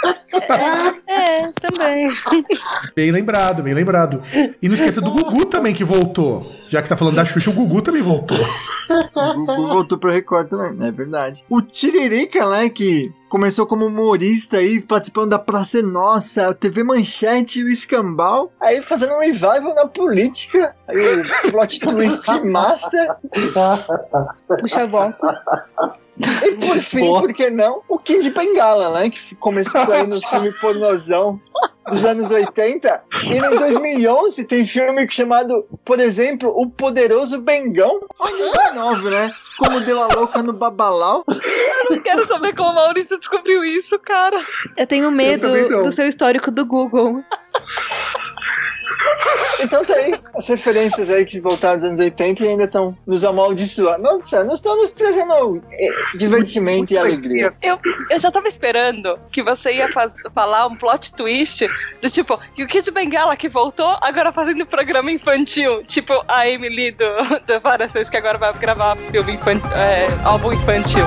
Também. Bem lembrado, bem lembrado. E não esqueça do Gugu também, que voltou. Já que tá falando da Xuxa, o Gugu também voltou. O Gugu voltou pro Record também, é verdade. O Tiririca, né, que começou como humorista aí, participando da Praça é Nossa, a TV Manchete e o Escambau. Aí fazendo um revival na política. Aí o plot twist master. Puxa a volta. E por fim, por que não? O Kid Bengala, né? Que começou aí nos filmes pornozão dos anos 80. E em 2011 tem filme chamado, por exemplo, O Poderoso Bengão. Olha, 2009, né? Como deu a louca no Babalau. Eu não quero saber como o Maurício descobriu isso, cara. Eu tenho medo do seu histórico do Google. Então tá aí as referências aí que voltaram dos anos 80 e ainda estão nos amaldiçoando. Nossa, não estão nos trazendo divertimento e alegria. Eu já tava esperando que você ia falar um plot twist do tipo, que o Kid Bengala que voltou agora fazendo programa infantil, tipo a Emily do Variações, que agora vai gravar filme infantil, álbum infantil.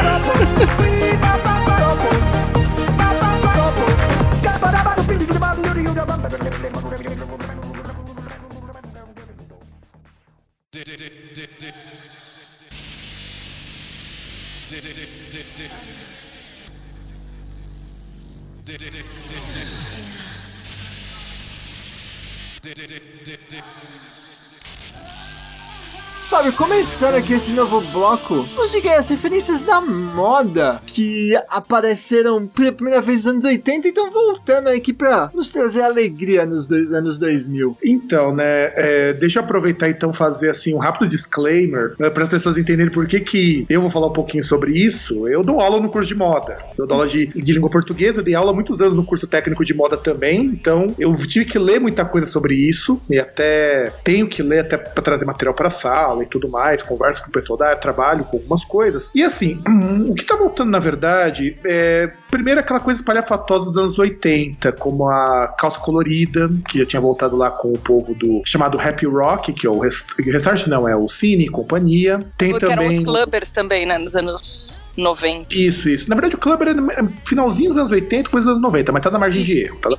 Fábio, começando aqui esse novo bloco, nos diga aí as referências da moda que apareceram pela primeira vez nos anos 80 e estão voltando aqui pra nos trazer alegria nos anos 2000. Então, né, deixa eu aproveitar então fazer assim um rápido disclaimer, para as pessoas entenderem por que eu vou falar um pouquinho sobre isso. Eu dou aula no curso de moda, eu dou aula de língua portuguesa, dei aula há muitos anos no curso técnico de moda também, então eu tive que ler muita coisa sobre isso e até tenho que ler até para trazer material para a sala e tudo mais, converso com o pessoal da área, trabalho com algumas coisas. E assim, o que tá voltando na verdade primeiro aquela coisa espalhafatosa dos anos 80, como a calça colorida, que já tinha voltado lá com o povo do chamado Happy Rock, que é o Restart, não, é o Cine e companhia. Tem porque também eram os clubbers também, né, nos anos 90. Isso. Na verdade, o clubber é finalzinho dos anos 80, coisa dos anos 90, mas tá na margem de erro.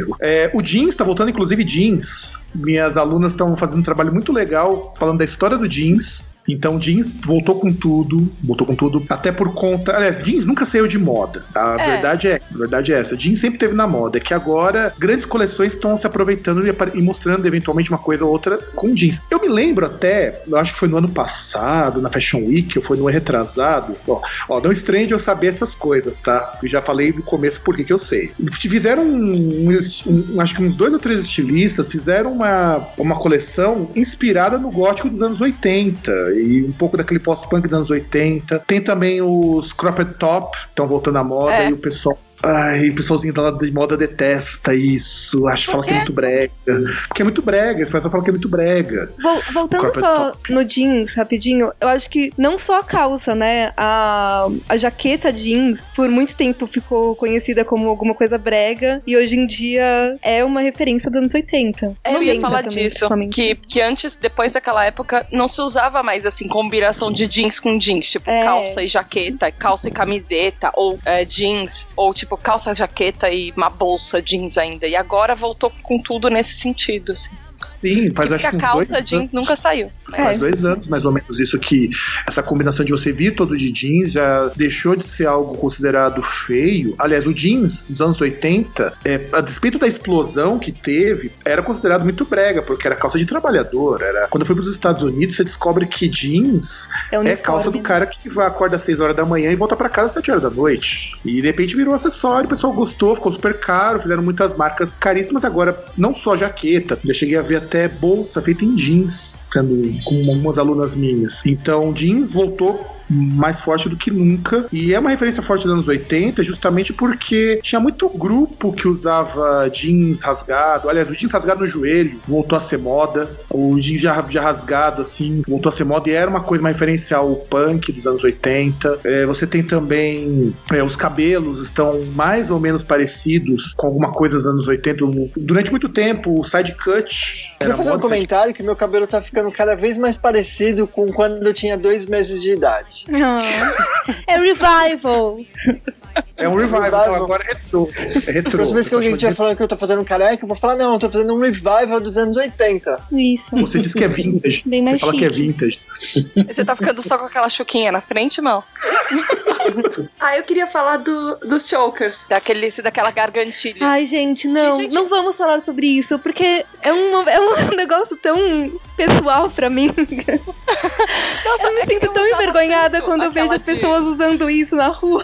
O jeans tá voltando, inclusive jeans. Minhas alunas estão fazendo um trabalho muito legal falando da história do jeans. Então, jeans voltou com tudo, até por conta... Aliás, jeans nunca saiu de moda. A verdade é essa. Jeans sempre teve na moda. É que agora grandes coleções estão se aproveitando e mostrando eventualmente uma coisa ou outra com jeans. Eu me lembro até, eu acho que foi no ano passado, na Fashion Week, ou foi no ano retrasado. Ó, não estranhe de eu saber essas coisas, tá? Eu já falei no começo por que eu sei. Fizeram acho que uns 2 ou 3 estilistas fizeram uma coleção inspirada no gótico dos anos 80 e um pouco daquele post-punk dos anos 80. Tem também os cropped top, estão voltando à moda, e o pessoal... Ai, o pessoalzinho da de moda detesta isso. Fala que é muito brega. Porque é muito brega, esse pessoal fala que é muito brega. Voltando só no jeans, rapidinho, eu acho que não só a calça, né? A jaqueta jeans, por muito tempo ficou conhecida como alguma coisa brega, e hoje em dia é uma referência dos anos 80. Eu ia falar disso, que antes, depois daquela época, não se usava mais, assim, combinação de jeans com jeans, tipo calça e jaqueta, calça e camiseta, ou jeans, ou tipo calça, jaqueta e uma bolsa jeans ainda. E agora voltou com tudo nesse sentido, assim. Sim, faz acho que a calça jeans nunca saiu. Faz 2 anos, mais ou menos, isso que essa combinação de você vir todo de jeans já deixou de ser algo considerado feio. Aliás, o jeans dos anos 80, a despeito da explosão que teve, era considerado muito brega, porque era calça de trabalhador. Quando foi para os Estados Unidos, você descobre que jeans é calça do cara que acorda às 6 horas da manhã e volta para casa às 7 horas da noite. E de repente virou acessório, o pessoal gostou, ficou super caro, fizeram muitas marcas caríssimas. Agora, não só jaqueta, já cheguei a ver até bolsa feita em jeans, sendo com algumas alunas minhas. Então, jeans voltou mais forte do que nunca. E é uma referência forte dos anos 80, justamente porque tinha muito grupo que usava jeans rasgado. Aliás, o jeans rasgado no joelho voltou a ser moda. O jeans já rasgado, assim, voltou a ser moda. E era uma coisa, uma referência ao punk dos anos 80. Você tem também... os cabelos estão mais ou menos parecidos com alguma coisa dos anos 80. Durante muito tempo, o side cut... Eu vou fazer um comentário que meu cabelo tá ficando cada vez mais parecido com quando eu tinha 2 meses de idade. É revival. É um revival, então agora é retrô. A próxima vez que alguém estiver falando que eu tô fazendo careca, eu vou falar, não, eu tô fazendo um revival dos anos 80. Isso. Você diz que é vintage. Bem mais Você fala chique. que é vintage. Você tá ficando só com aquela chuquinha na frente, Mal? Eu queria falar dos chokers. Daquela gargantilha. Ai, gente, não vamos falar sobre isso, porque é um negócio tão pessoal pra mim. Nossa, eu me sinto tão envergonhada quando eu vejo as pessoas usando isso na rua.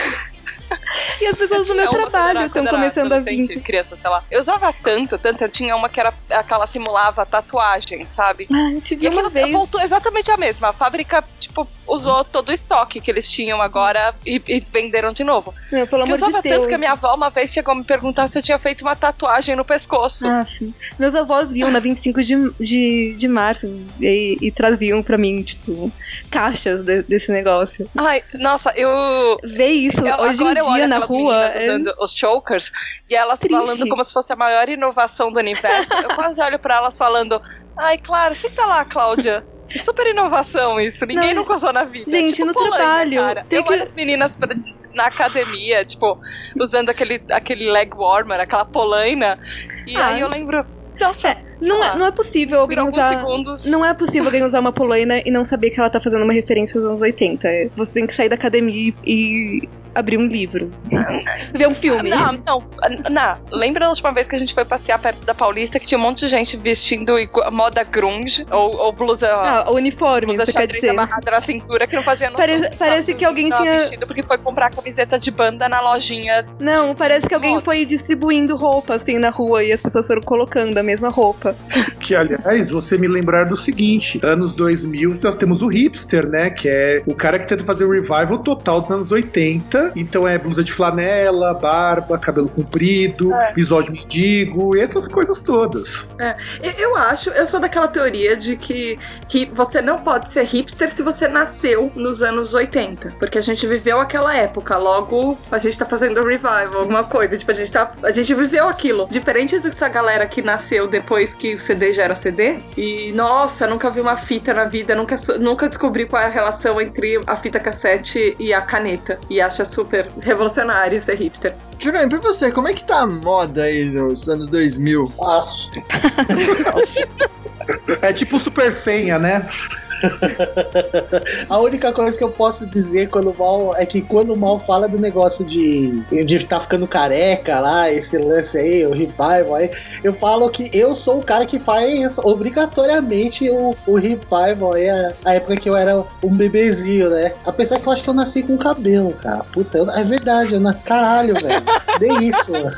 E as pessoas do meu trabalho estão começando a vir. Criança, sei lá. Eu usava tanto, eu tinha uma que era aquela simulava tatuagem, sabe? Eu tive uma vez. Voltou exatamente a mesma. A fábrica, usou todo o estoque que eles tinham agora e venderam de novo. Não, pelo amor de Deus. Eu usava tanto que a minha avó uma vez chegou a me perguntar se eu tinha feito uma tatuagem no pescoço. Meus avós iam na 25 de março e traziam pra mim, caixas desse negócio. Ai, nossa, eu... Ver isso hoje em dia na rua usando os chokers e elas falando como se fosse a maior inovação do universo. Eu quase olho pra elas falando, ai, claro, senta lá, Cláudia. Super inovação isso, ninguém nunca usou na vida. Gente, no Polaina, trabalho. Cara. Eu olho as meninas na academia, usando aquele leg warmer, aquela polaina. E aí eu lembro, nossa... Não é possível alguém usar. Não é possível alguém usar uma polaina e não saber que ela tá fazendo uma referência aos anos 80. Você tem que sair da academia e abrir um livro. Ver um filme. Não. Lembra da última vez que a gente foi passear perto da Paulista que tinha um monte de gente vestindo moda grunge ou blusa. Uniforme, blusa você quer dizer. Amarrada na cintura que não fazia noção. Parece que alguém tinha vestido porque foi comprar camiseta de banda na lojinha. Não, parece que alguém foi distribuindo roupa assim na rua e as pessoas foram colocando a mesma roupa. Que, aliás, você me lembrar do seguinte, anos 2000, nós temos o hipster, né, que é o cara que tenta fazer o revival total dos anos 80, então é blusa de flanela, barba, cabelo comprido, visual de mendigo, e essas coisas todas. Eu sou daquela teoria de que você não pode ser hipster se você nasceu nos anos 80, porque a gente viveu aquela época, logo a gente tá fazendo revival, alguma coisa, a gente viveu aquilo, diferente dessa galera que nasceu depois que o CD já era CD, e nossa, nunca vi uma fita na vida, nunca descobri qual é a relação entre a fita cassete e a caneta, e acha super revolucionário ser hipster. Jurandir, pra você, como é que tá a moda aí nos anos 2000? Fácil. É tipo Super Senha, né? A única coisa que eu posso dizer quando o Mal fala do negócio de tá ficando careca lá, esse lance aí, o revival aí, eu falo que eu sou o cara que faz obrigatoriamente o revival aí, a época que eu era um bebezinho, né? Apesar que eu acho que eu nasci com cabelo, cara. Puta, é verdade, caralho, velho. Nem isso, mano.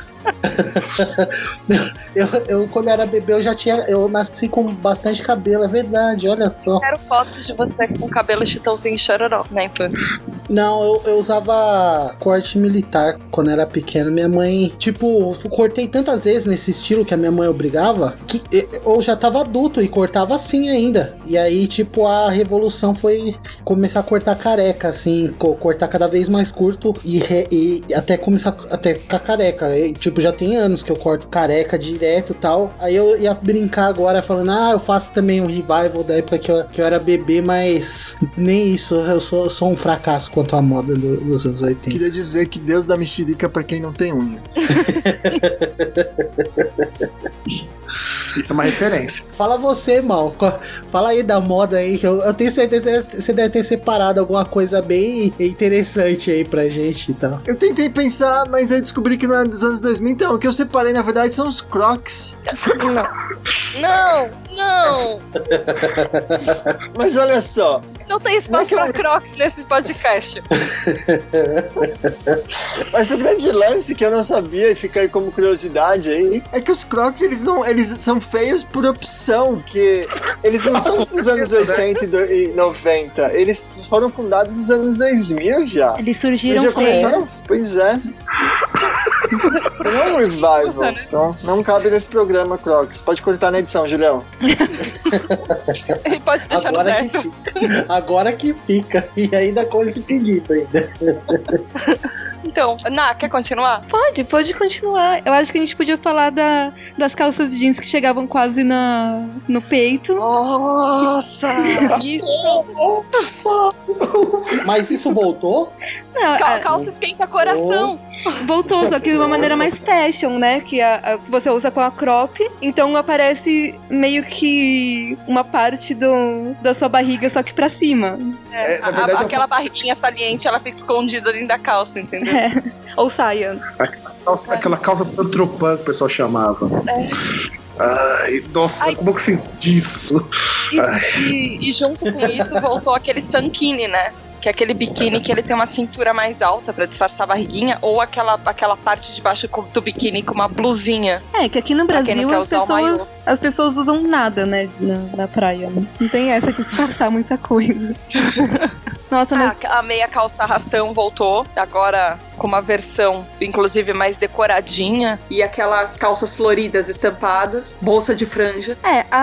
eu quando era bebê eu nasci com bastante cabelo, é verdade, olha só. Quero fotos de você com cabelo chitãozinho chororó, né, infância? Não, eu usava corte militar quando era pequeno. Minha mãe, cortei tantas vezes nesse estilo que a minha mãe obrigava, que eu já tava adulto e cortava assim ainda. E aí, a revolução foi começar a cortar careca, assim, cortar cada vez mais curto e até começar até ficar careca. Já tem anos que eu corto careca direto e tal. Aí eu ia brincar agora falando, eu faço também um revival da época que eu era bebê, mas nem isso, eu sou um fracasso quanto à moda dos anos 80. Queria dizer que Deus dá mexerica pra quem não tem unha. Isso é uma referência. Fala você, Mal. Fala aí da moda aí. Eu tenho certeza que você deve ter separado alguma coisa bem interessante aí pra gente e tal. Eu tentei pensar, mas aí descobri que não é dos anos 2000. Então, o que eu separei, na verdade, são os Crocs. Não! Mas olha só. Não tem espaço pra Crocs nesse podcast. Mas o grande lance que eu não sabia e fica aí como curiosidade aí é que os Crocs, eles são feios por opção, que eles não são dos anos 80 e 90, eles foram fundados nos anos 2000 já. Eles surgiram já começaram, pois é. Não é um revival, então não cabe nesse programa, Crocs. Pode cortar na edição, Julião. Ele pode deixar no certo. Agora que fica. E ainda com esse pedido ainda. Então, Ná, quer continuar? Pode continuar. Eu acho que a gente podia falar das calças jeans que chegavam quase no peito. Nossa! Isso! Mas isso voltou? Não, calça esquenta coração. Voltou, só que de uma maneira mais fashion, né? Que você usa com a crop, então aparece meio que uma parte da sua barriga, só que pra cima. Aquela barriguinha saliente, ela fica escondida dentro da calça, entendeu? Ou saia. Aquela calça Saint-Tropez que o pessoal chamava. Ai, nossa, como que eu senti isso? E junto com isso voltou aquele Sankini, né? Que é aquele biquíni que ele tem uma cintura mais alta pra disfarçar a barriguinha, ou aquela parte de baixo do biquíni com uma blusinha. Que aqui no Brasil as pessoas usam nada, né, na praia. Né? Não tem essa de disfarçar muita coisa. Nossa, mas... A meia calça arrastão voltou, agora com uma versão, inclusive, mais decoradinha, e aquelas calças floridas estampadas, bolsa de franja.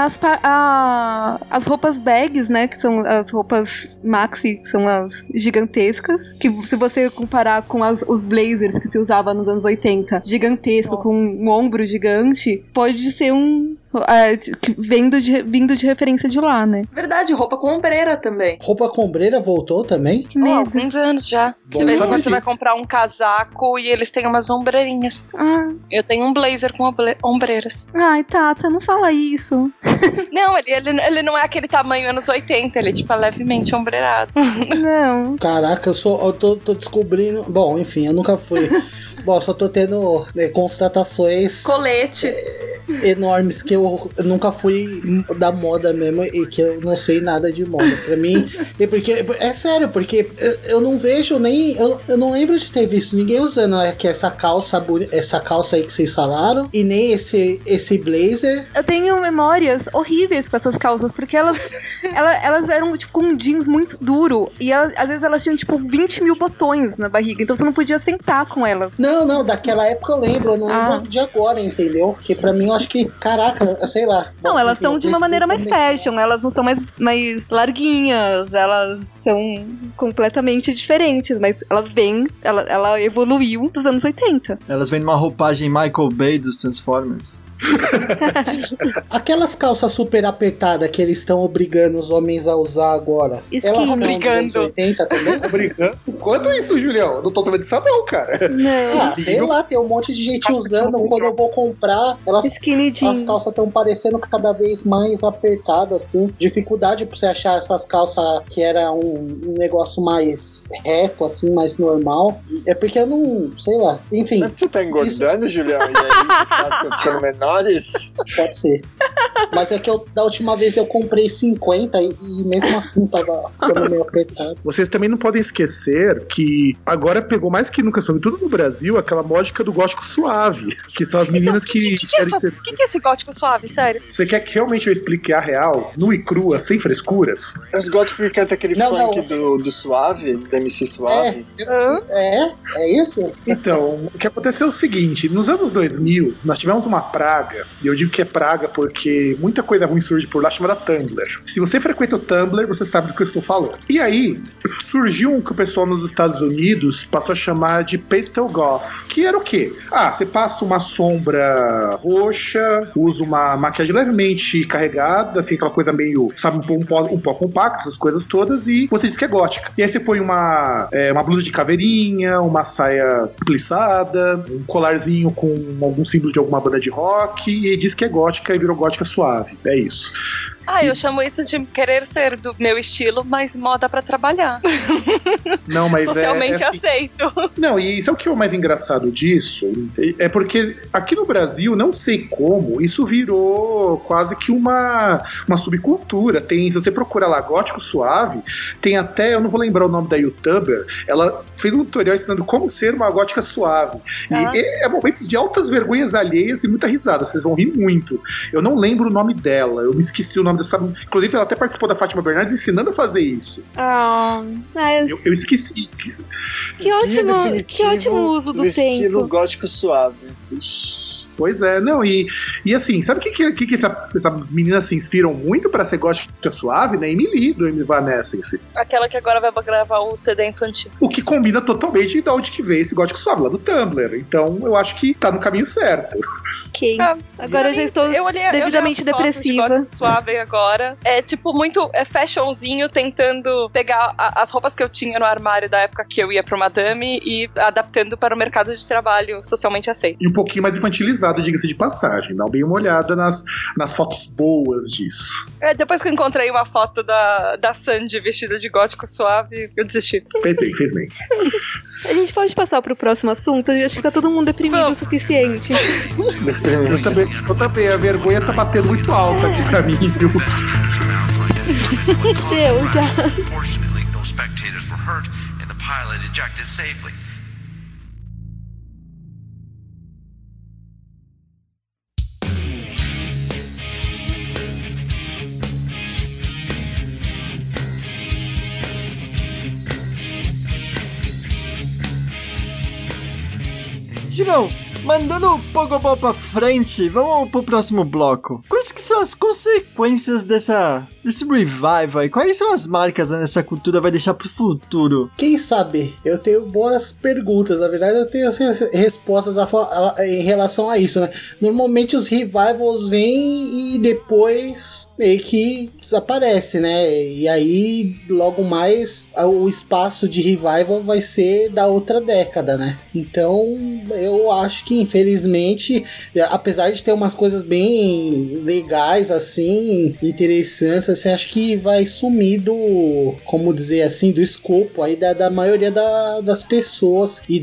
As roupas bags, né, que são as roupas maxi, que são as gigantescas, que se você comparar com os blazers que se usava nos anos 80, gigantesco, com um ombro gigante, pode ser vindo de referência de lá, né? Verdade, roupa com ombreira também. Roupa com ombreira voltou também? Que medo. Alguns anos já. De vez em quando você vai comprar um casaco e eles têm umas ombreirinhas. Eu tenho um blazer com ombreiras. Ai, Tata, não fala isso. Não, ele não é aquele tamanho anos 80, ele é levemente ombreirado. Não. Caraca, eu tô descobrindo... Bom, enfim, eu nunca fui... Bom, só tô tendo constatações... Colete. Enormes, que eu nunca fui da moda mesmo e que eu não sei nada de moda. Pra mim, é sério, porque eu não vejo nem... Eu não lembro de ter visto ninguém usando essa calça aí que vocês falaram, e nem esse blazer. Eu tenho memórias horríveis com essas calças, porque elas eram tipo com um jeans muito duro, e às vezes elas tinham tipo 20 mil botões na barriga, então você não podia sentar com elas. Não, daquela época eu lembro, eu não lembro de agora, entendeu? Porque pra mim eu acho que, caraca, sei lá. Não, elas são de uma maneira mais fashion, elas não são mais larguinhas, elas são completamente diferentes, mas ela evoluiu dos anos 80. Elas vêm numa roupagem Michael Bay dos Transformers. Aquelas calças super apertadas que eles estão obrigando os homens a usar agora. Elas são obrigando. 80 também? Obrigando? Quanto isso, Julião? Eu não tô sabendo disso não, cara. Não. Sei lá, tem um monte de gente usando. Quando eu vou comprar, as calças estão parecendo cada vez mais apertadas, assim. Dificuldade pra você achar essas calças que era um negócio mais reto, assim, mais normal. É porque eu não, sei lá. Enfim. Mas você tá engordando, Julião? E aí as calças estão ficando menores? Pode ser. Mas é que da última vez eu comprei 50 e mesmo assim tava ficando meio apertado. Vocês também não podem esquecer que agora pegou mais que nunca, sobretudo no Brasil, aquela módica do gótico suave, que são as meninas que querem ser... O que é esse gótico suave, sério? Você quer que realmente eu explique a real, nua e crua, sem frescuras? Os góticos que canta aquele funk do Suave, do MC Suave. É isso? Então, o que aconteceu é o seguinte, nos anos 2000, nós tivemos uma praga, e eu digo que é praga porque muita coisa ruim surge por lá, chamada Tumblr. Se você frequenta o Tumblr, você sabe do que eu estou falando. E aí, surgiu um que o pessoal nos Estados Unidos passou a chamar de pastel goth, que era o quê? Você passa uma sombra roxa, usa uma maquiagem levemente carregada, assim, aquela coisa meio, sabe, um pó compacto, essas coisas todas, e você diz que é gótica. E aí você põe uma blusa de caveirinha, uma saia plissada, um colarzinho com algum símbolo de alguma banda de rock, e diz que é gótica e virou gótica suave. É isso. Eu chamo isso de querer ser do meu estilo, mas moda pra trabalhar. Não, mas socialmente assim, aceito. Não, e isso é o que é o mais engraçado disso. É porque aqui no Brasil, não sei como, isso virou quase que uma subcultura. Se você procurar lá gótico suave, tem até, eu não vou lembrar o nome da youtuber, ela fez um tutorial ensinando como ser uma gótica suave. E é momentos de altas vergonhas alheias e muita risada. Vocês vão rir muito. Eu não lembro o nome dela. Eu me esqueci o nome dessa. Inclusive, ela até participou da Fátima Bernardes ensinando a fazer isso. Eu esqueci. Que ótimo uso do tempo. Estilo gótico suave. Ixi. Pois é, não, e assim, sabe o que essas meninas se inspiram muito pra ser gótica suave? Né? Emily, do Evanescence. Aquela que agora vai gravar o CD infantil. O que combina totalmente de onde que veio esse gótico suave, lá do Tumblr. Então, eu acho que tá no caminho certo. Ok, agora eu já estou devidamente depressiva. De suave agora. É tipo muito fashionzinho, tentando pegar as roupas que eu tinha no armário da época que eu ia pro Madame e adaptando para o mercado de trabalho socialmente aceito. E um pouquinho mais infantilizado, diga-se de passagem. Dá bem uma olhada nas fotos boas disso. Depois que eu encontrei uma foto da Sandy vestida de gótico suave, eu desisti. Fez bem. A gente pode passar pro próximo assunto? Eu acho que tá todo mundo deprimido o suficiente. Eu também, a vergonha tá batendo muito alta aqui pra mim, viu? Deus, já. Fortunately, no spectators were hurt and the pilot ejected safely. Julião, mandando o Pogobol pra frente, vamos pro próximo bloco. Quais que são as consequências desse revival aí? Quais são as marcas nessa cultura vai deixar pro futuro? Quem sabe? Eu tenho boas perguntas. Na verdade, eu tenho as respostas em relação a isso, né? Normalmente os revivals vêm e depois meio que desaparece, né? E aí, logo mais, o espaço de revival vai ser da outra década, né? Então, eu acho que infelizmente, apesar de ter umas coisas bem legais, assim, interessantes, assim, acho que vai sumir como dizer assim, do escopo aí da maioria das pessoas e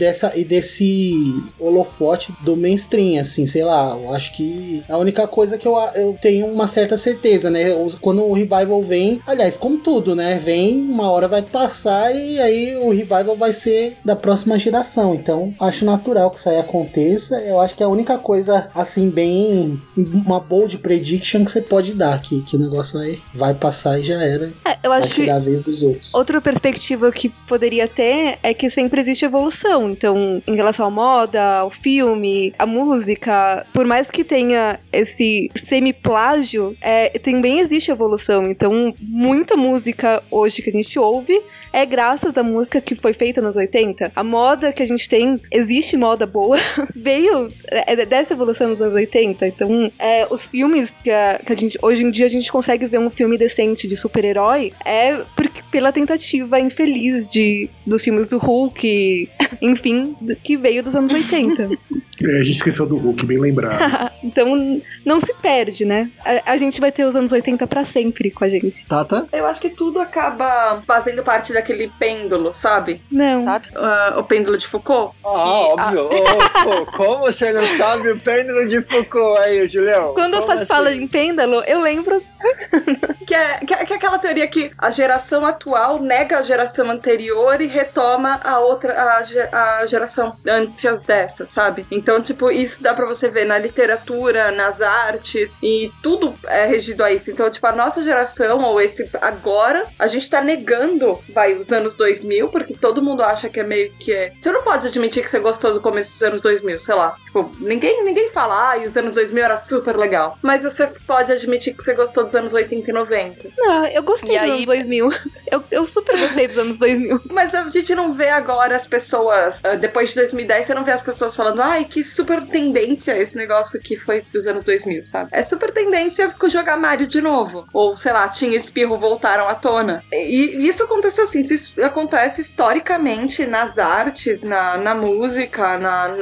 desse holofote do mainstream, assim, sei lá, eu acho que a única coisa que eu tenho uma certa certeza, né, quando o revival vem, aliás, como tudo, né, vem, uma hora vai passar e aí o revival vai ser da próxima geração, então acho natural que isso aí aconteça. Eu acho que é a única coisa, assim, bem uma bold prediction que você pode dar, que o negócio aí vai passar e já era. Eu acho vai chegar a vez dos outros. Outra perspectiva que poderia ter é que sempre existe evolução. Então, em relação à moda, ao filme, à música, por mais que tenha esse semi-plágio, também existe evolução. Então, muita música hoje que a gente ouve é graças à música que foi feita nos 80. A moda que a gente tem, existe moda boa, veio dessa evolução nos anos 80. Então, os filmes que a gente, hoje em dia a gente consegue ver um filme decente de super-herói, pela tentativa infeliz dos filmes do Hulk, enfim, que veio dos anos 80. A gente esqueceu do Hulk, bem lembrado. Então, não se perde, né? A gente vai ter os anos 80 pra sempre com a gente. Tata? Eu acho que tudo acaba fazendo parte daquele pêndulo, sabe? Não. Sabe? O pêndulo de Foucault? Óbvio. Como você não sabe o pêndulo de Foucault aí, Julião? Quando eu falo em pêndulo, eu lembro... que é aquela teoria que a geração atual nega a geração anterior e retoma a geração antes dessa, sabe? Então, tipo, isso dá pra você ver na literatura, nas artes, e tudo é regido a isso. Então, tipo, a nossa geração, ou esse agora, a gente tá negando, os anos 2000, porque todo mundo acha que é meio que Você não pode admitir que você gostou do começo dos anos 2000, sei lá. Tipo, ninguém fala, os anos 2000 era super legal. Mas você pode admitir que você gostou dos anos 80 e 90. Não, eu gostei dos anos 2000. Eu super gostei dos anos 2000. Mas a gente não vê agora as pessoas, depois de 2010, você não vê as pessoas falando, que super tendência esse negócio que foi dos anos 2000, sabe? É super tendência jogar Mario de novo. Ou, sei lá, Tim e Espirro voltaram à tona. E isso aconteceu assim, isso acontece historicamente nas artes, na música,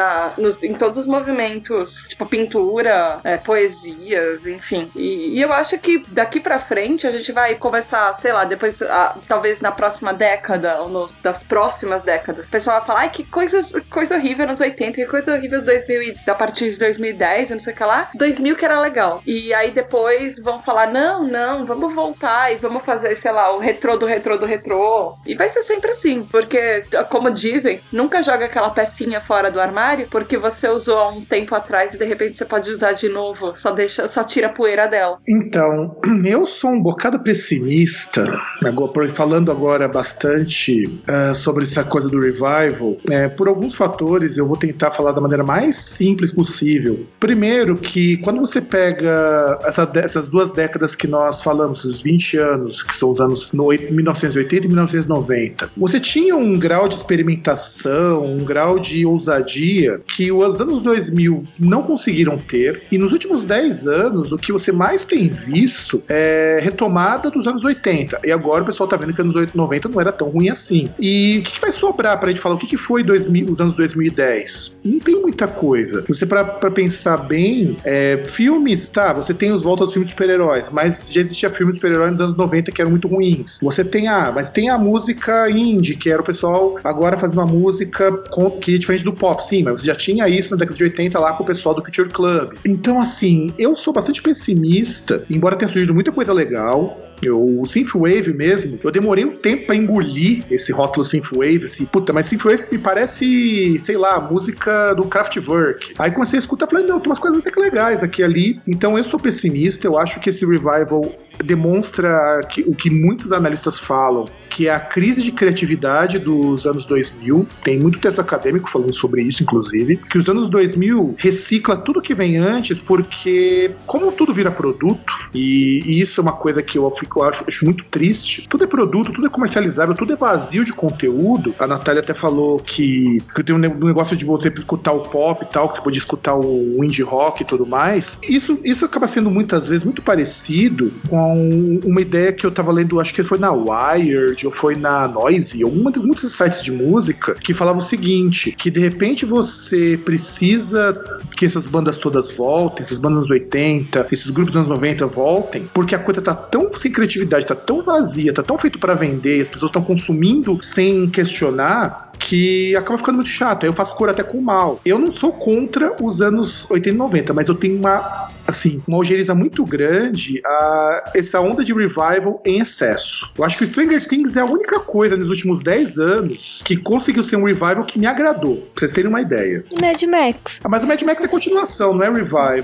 em todos os movimentos, tipo pintura, poesias, enfim. E eu acho que daqui pra frente a gente vai começar, sei lá, depois, talvez na próxima década, ou das próximas décadas, o pessoal vai falar, ai, que coisa horrível nos 80, que coisa horrível a partir de 2010, não sei o que lá, 2000 que era legal. E aí depois vão falar, não, vamos voltar e vamos fazer, sei lá, o retrô do retrô do retrô. E vai ser sempre assim, porque, como dizem, nunca joga aquela pecinha fora do armário, porque você usou há um tempo atrás e de repente você pode usar de novo, só tira a poeira dela. Então, eu sou um bocado pessimista, falando agora bastante sobre essa coisa do revival, por alguns fatores. Eu vou tentar falar da maneira mais simples possível. Primeiro, que quando você pega essas duas décadas que nós falamos, esses 20 anos, que são os anos 1980 e 1990, você tinha um grau de experimentação, um grau de ousadia que os anos 2000 não conseguiram ter, e nos últimos 10 anos o que você mais tem visto é retomada dos anos 80, e agora o pessoal tá vendo que os anos 90 não era tão ruim assim. E o que vai sobrar pra gente falar o que foi os anos 2010? Não tem muita coisa. Você, pra pensar bem, filmes, tá, você tem os voltas dos filmes de super-heróis, mas já existia filmes de super-heróis nos anos 90 que eram muito ruins. Você tem mas tem a música indie, que era o pessoal agora fazendo uma música que é diferente do pop, sim, mas você já tinha isso na década de 80 lá com o pessoal do Culture Club. Então, assim, eu sou bastante pessimista, embora tenha surgido muita coisa legal. O Synthwave mesmo, eu demorei um tempo pra engolir esse rótulo Synthwave, assim, mas Synthwave me parece, sei lá, música do Kraftwerk. Aí comecei a escutar e falei, não, tem umas coisas até que legais aqui e ali. Então eu sou pessimista, eu acho que esse revival demonstra o que muitos analistas falam, que é a crise de criatividade dos anos 2000. Tem muito texto acadêmico falando sobre isso, inclusive, que os anos 2000 recicla tudo que vem antes, porque como tudo vira produto, e isso é uma coisa que eu acho muito triste, tudo é produto, tudo é comercializável, tudo é vazio de conteúdo. A Natália até falou que tem um negócio de você escutar o pop e tal, que você pode escutar o indie rock e tudo mais. Isso acaba sendo muitas vezes muito parecido com uma ideia que eu tava lendo, acho que foi na Wired ou foi na Noise, muitos sites de música, que falava o seguinte, que de repente você precisa que essas bandas todas voltem, essas bandas dos anos 80, esses grupos dos anos 90 voltem, porque a coisa tá tão sem criatividade, tá tão vazia, tá tão feito pra vender, as pessoas estão consumindo sem questionar, que acaba ficando muito chato. Aí eu faço cor até com o mal. Eu não sou contra os anos 80 e 90, mas eu tenho uma ojeriza muito grande a essa onda de revival em excesso. Eu acho que o Stranger Things é a única coisa nos últimos 10 anos que conseguiu ser um revival que me agradou, pra vocês terem uma ideia. Mad Max. Mas o Mad Max é continuação, não é revival.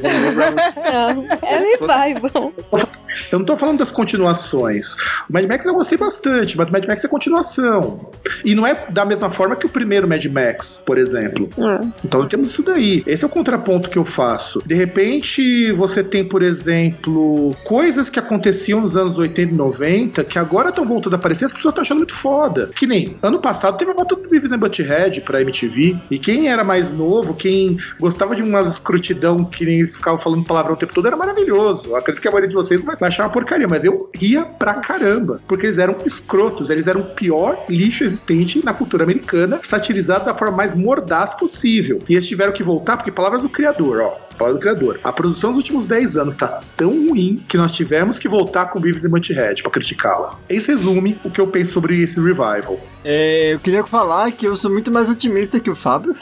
Não, é revival. Eu não tô falando das continuações. O Mad Max eu gostei bastante, mas o Mad Max é continuação. E não é da mesma forma que o primeiro Mad Max, por exemplo. Então temos isso daí. Esse é o contraponto que eu faço. De repente, você tem, por exemplo, coisas que aconteciam nos anos 80 e 90 que agora estão voltando a aparecer, as pessoas estão achando muito foda. Que nem ano passado teve a volta do Beavis and Butthead pra MTV, e quem era mais novo, quem gostava de umas escrotidão que nem eles ficavam falando palavrão o tempo todo, era maravilhoso. Eu acredito que a maioria de vocês vai achar uma porcaria, mas eu ria pra caramba, porque eles eram escrotos, eles eram o pior lixo existente na cultura americana, satirizado da forma mais mordaz possível. E eles tiveram que voltar, porque palavras do criador, a produção dos últimos 10 anos tá tão ruim que nós tivemos que voltar com Beavis and Butthead pra criticá-la. Esse resume o que eu penso sobre esse revival. Eu queria falar que eu sou muito mais otimista que o Fábio.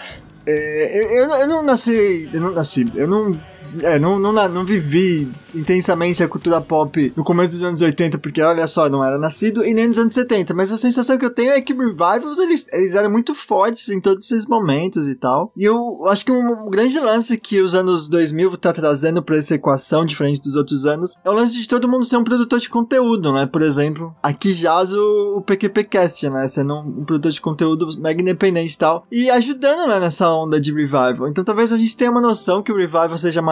Eu não vivi intensamente a cultura pop no começo dos anos 80, porque olha só, não era nascido, e nem nos anos 70, mas a sensação que eu tenho é que revivals, eles eram muito fortes em todos esses momentos e tal, e eu acho que um grande lance que os anos 2000 tá trazendo pra essa equação, diferente dos outros anos, é o lance de todo mundo ser um produtor de conteúdo, né? Por exemplo, aqui jaz o PQPcast, né? Sendo um produtor de conteúdo mega independente e tal, e ajudando, né, nessa onda de revival. Então talvez a gente tenha uma noção que o revival seja maior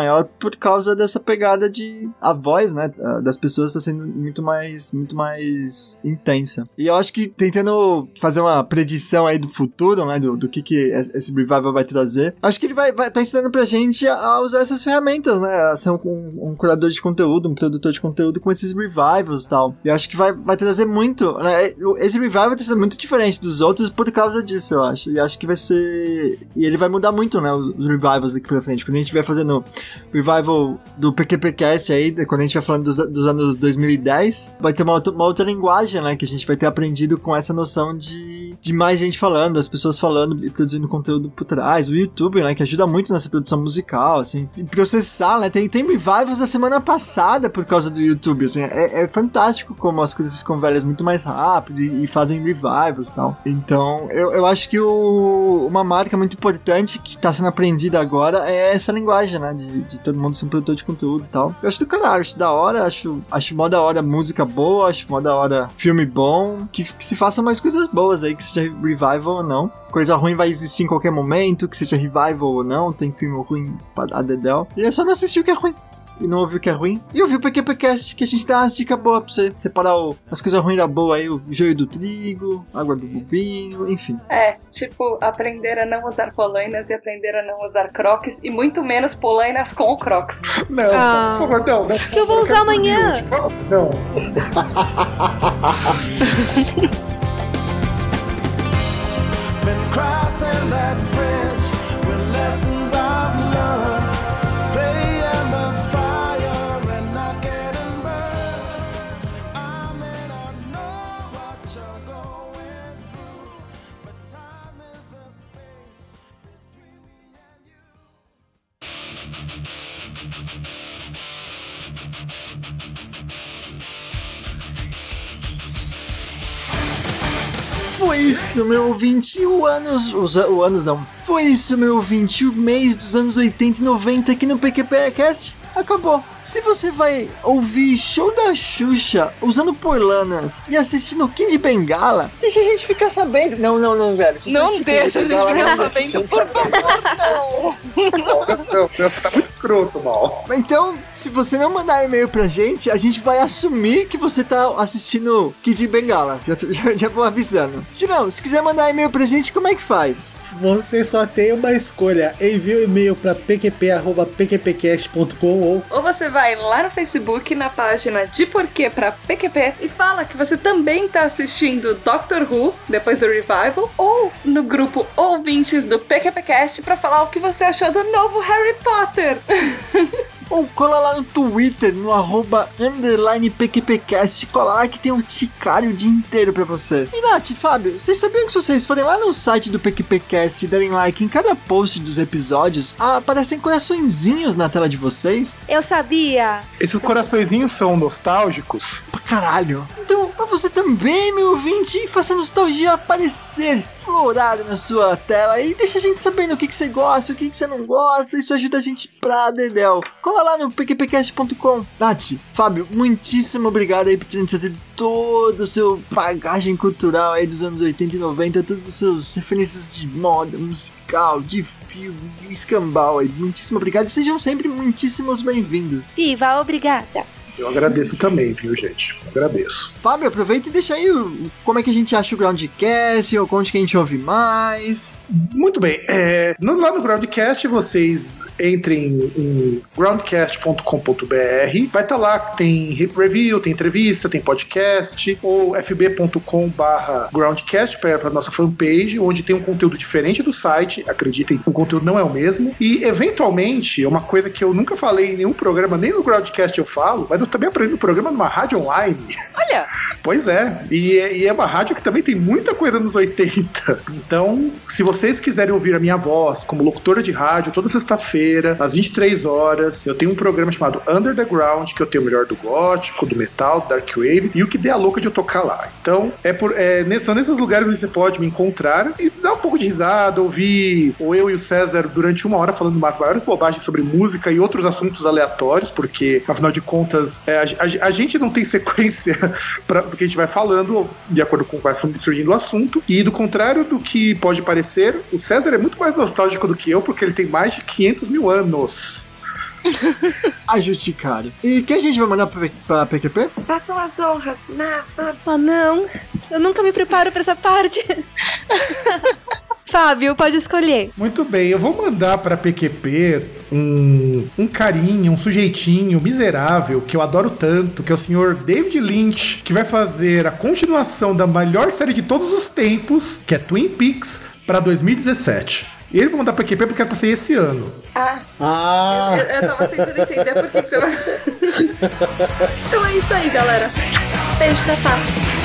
maior por causa dessa pegada de a voz, né, das pessoas tá sendo muito mais intensa. E eu acho que tentando fazer uma predição aí do futuro, né, do que esse revival vai trazer, acho que ele vai tá ensinando pra gente a usar essas ferramentas, né, a ser um curador de conteúdo, um produtor de conteúdo com esses revivals e tal. E acho que vai trazer muito, né, esse revival vai ser muito diferente dos outros por causa disso, eu acho. E acho que vai ser... E ele vai mudar muito, né, os revivals daqui pra frente. Quando a gente vai fazendo revival do PQPcast aí, quando a gente vai falando dos anos 2010, vai ter uma outra linguagem, né, que a gente vai ter aprendido com essa noção de mais gente falando, das pessoas falando e produzindo conteúdo por trás. O YouTube, né, que ajuda muito nessa produção musical, assim, processar, né, tem revivals da semana passada por causa do YouTube, assim, é fantástico como as coisas ficam velhas muito mais rápido e fazem revivals e tal. Então, eu acho que uma marca muito importante que tá sendo aprendida agora é essa linguagem, né, de todo mundo ser um produtor de conteúdo e tal. Eu acho do caralho, acho da hora, acho mó da hora música boa, acho mó da hora filme bom, que se façam mais coisas boas aí, que seja revival ou não. Coisa ruim vai existir em qualquer momento, que seja revival ou não, tem filme ruim pra dedéu. E é só não assistir o que é ruim. E não ouvir o que é ruim. E ouvir o PQPcast, que a gente dá umas dicas boas pra você separar as coisas ruins da boa aí, o joio do trigo, água do vinho, enfim. Tipo, aprender a não usar polainas e aprender a não usar crocs, e muito menos polainas com crocs. Não, por favor, não. Que eu vou usar amanhã. Não. Been crossing that bridge with lessons I've learned, playing the fire and not getting burned. I may not know what you're going through, but time is the space between me and you. Foi isso, meu ouvinte, Foi isso, meu ouvinte, o mês dos anos 80 e 90 aqui no PQPcast acabou. Se você vai ouvir show da Xuxa usando porlanas e assistindo Kid Bengala, deixa a gente ficar sabendo. Não, velho. Não deixa a gente ficar sabendo, por favor, não. Tá muito escroto, mal. Então, se você não mandar e-mail pra gente, a gente vai assumir que você tá assistindo Kid Bengala. Já vou avisando. Julião, se quiser mandar e-mail pra gente, como é que faz? Você só tem uma escolha. Envie o e-mail pra pqp@pqpcast.com ou você vai lá no Facebook, na página de Porquê pra PQP, e fala que você também tá assistindo Doctor Who, depois do Revival, ou no grupo Ouvintes do PQPcast pra falar o que você achou do novo Harry Potter. Ou cola lá no Twitter, no @_PQPcast, cola lá que tem um ticário o dia inteiro pra você. E Nath, Fábio, vocês sabiam que se vocês forem lá no site do PQPcast e derem like em cada post dos episódios, aparecem coraçõezinhos na tela de vocês? Eu sabia! Esses coraçõezinhos são nostálgicos? Pra caralho! Então, pra você também, meu ouvinte, faça a nostalgia aparecer, florar na sua tela e deixa a gente sabendo o que você gosta, o que você não gosta, isso ajuda a gente pra dedéu. Cola lá no pqpcast.com. Nath, Fábio, muitíssimo obrigado aí por terem trazido todo o seu bagagem cultural aí dos anos 80 e 90, todos os seus referências de moda, musical, de filme, de escambau aí. Muitíssimo obrigado e sejam sempre muitíssimos bem-vindos. Viva, obrigada. Eu agradeço também, viu, gente? Agradeço. Fábio, aproveita e deixa aí como é que a gente acha o Groundcast, ou onde que a gente ouve mais. Muito bem. Lá no Groundcast, vocês entrem em groundcast.com.br. Vai estar lá, tem review, tem entrevista, tem podcast, ou fb.com/groundcast para nossa fanpage, onde tem um conteúdo diferente do site. Acreditem, o conteúdo não é o mesmo. E, eventualmente, uma coisa que eu nunca falei em nenhum programa, nem no Groundcast eu falo, mas eu também aprendi um programa numa rádio online. Olha! Pois é. E é uma rádio que também tem muita coisa nos 80. Então, se vocês quiserem ouvir a minha voz como locutora de rádio, toda sexta-feira, às 23 horas, eu tenho um programa chamado Under the Ground, que eu tenho o melhor do gótico, do metal, do dark wave, e o que der a louca de eu tocar lá. Então, são nesses lugares onde você pode me encontrar e dar um pouco de risada, ouvir eu e o César durante uma hora falando umas maiores bobagens sobre música e outros assuntos aleatórios, porque, afinal de contas, a gente não tem sequência do que a gente vai falando de acordo com o que vai surgindo o assunto, e do contrário do que pode parecer, o César é muito mais nostálgico do que eu, porque ele tem mais de 500 mil anos. A Juticária. E quem a gente vai mandar pra PQP? Façam as honras. Oh, não. Eu nunca me preparo pra essa parte. Fábio, pode escolher. Muito bem, eu vou mandar pra PQP um carinha, um sujeitinho miserável que eu adoro tanto, que é o senhor David Lynch, que vai fazer a continuação da melhor série de todos os tempos, que é Twin Peaks, pra 2017. Ele vai mandar pra PQP porque era pra ser esse ano. Eu tava tentando entender por que você vai... Então é isso aí, galera. Beijo da paz.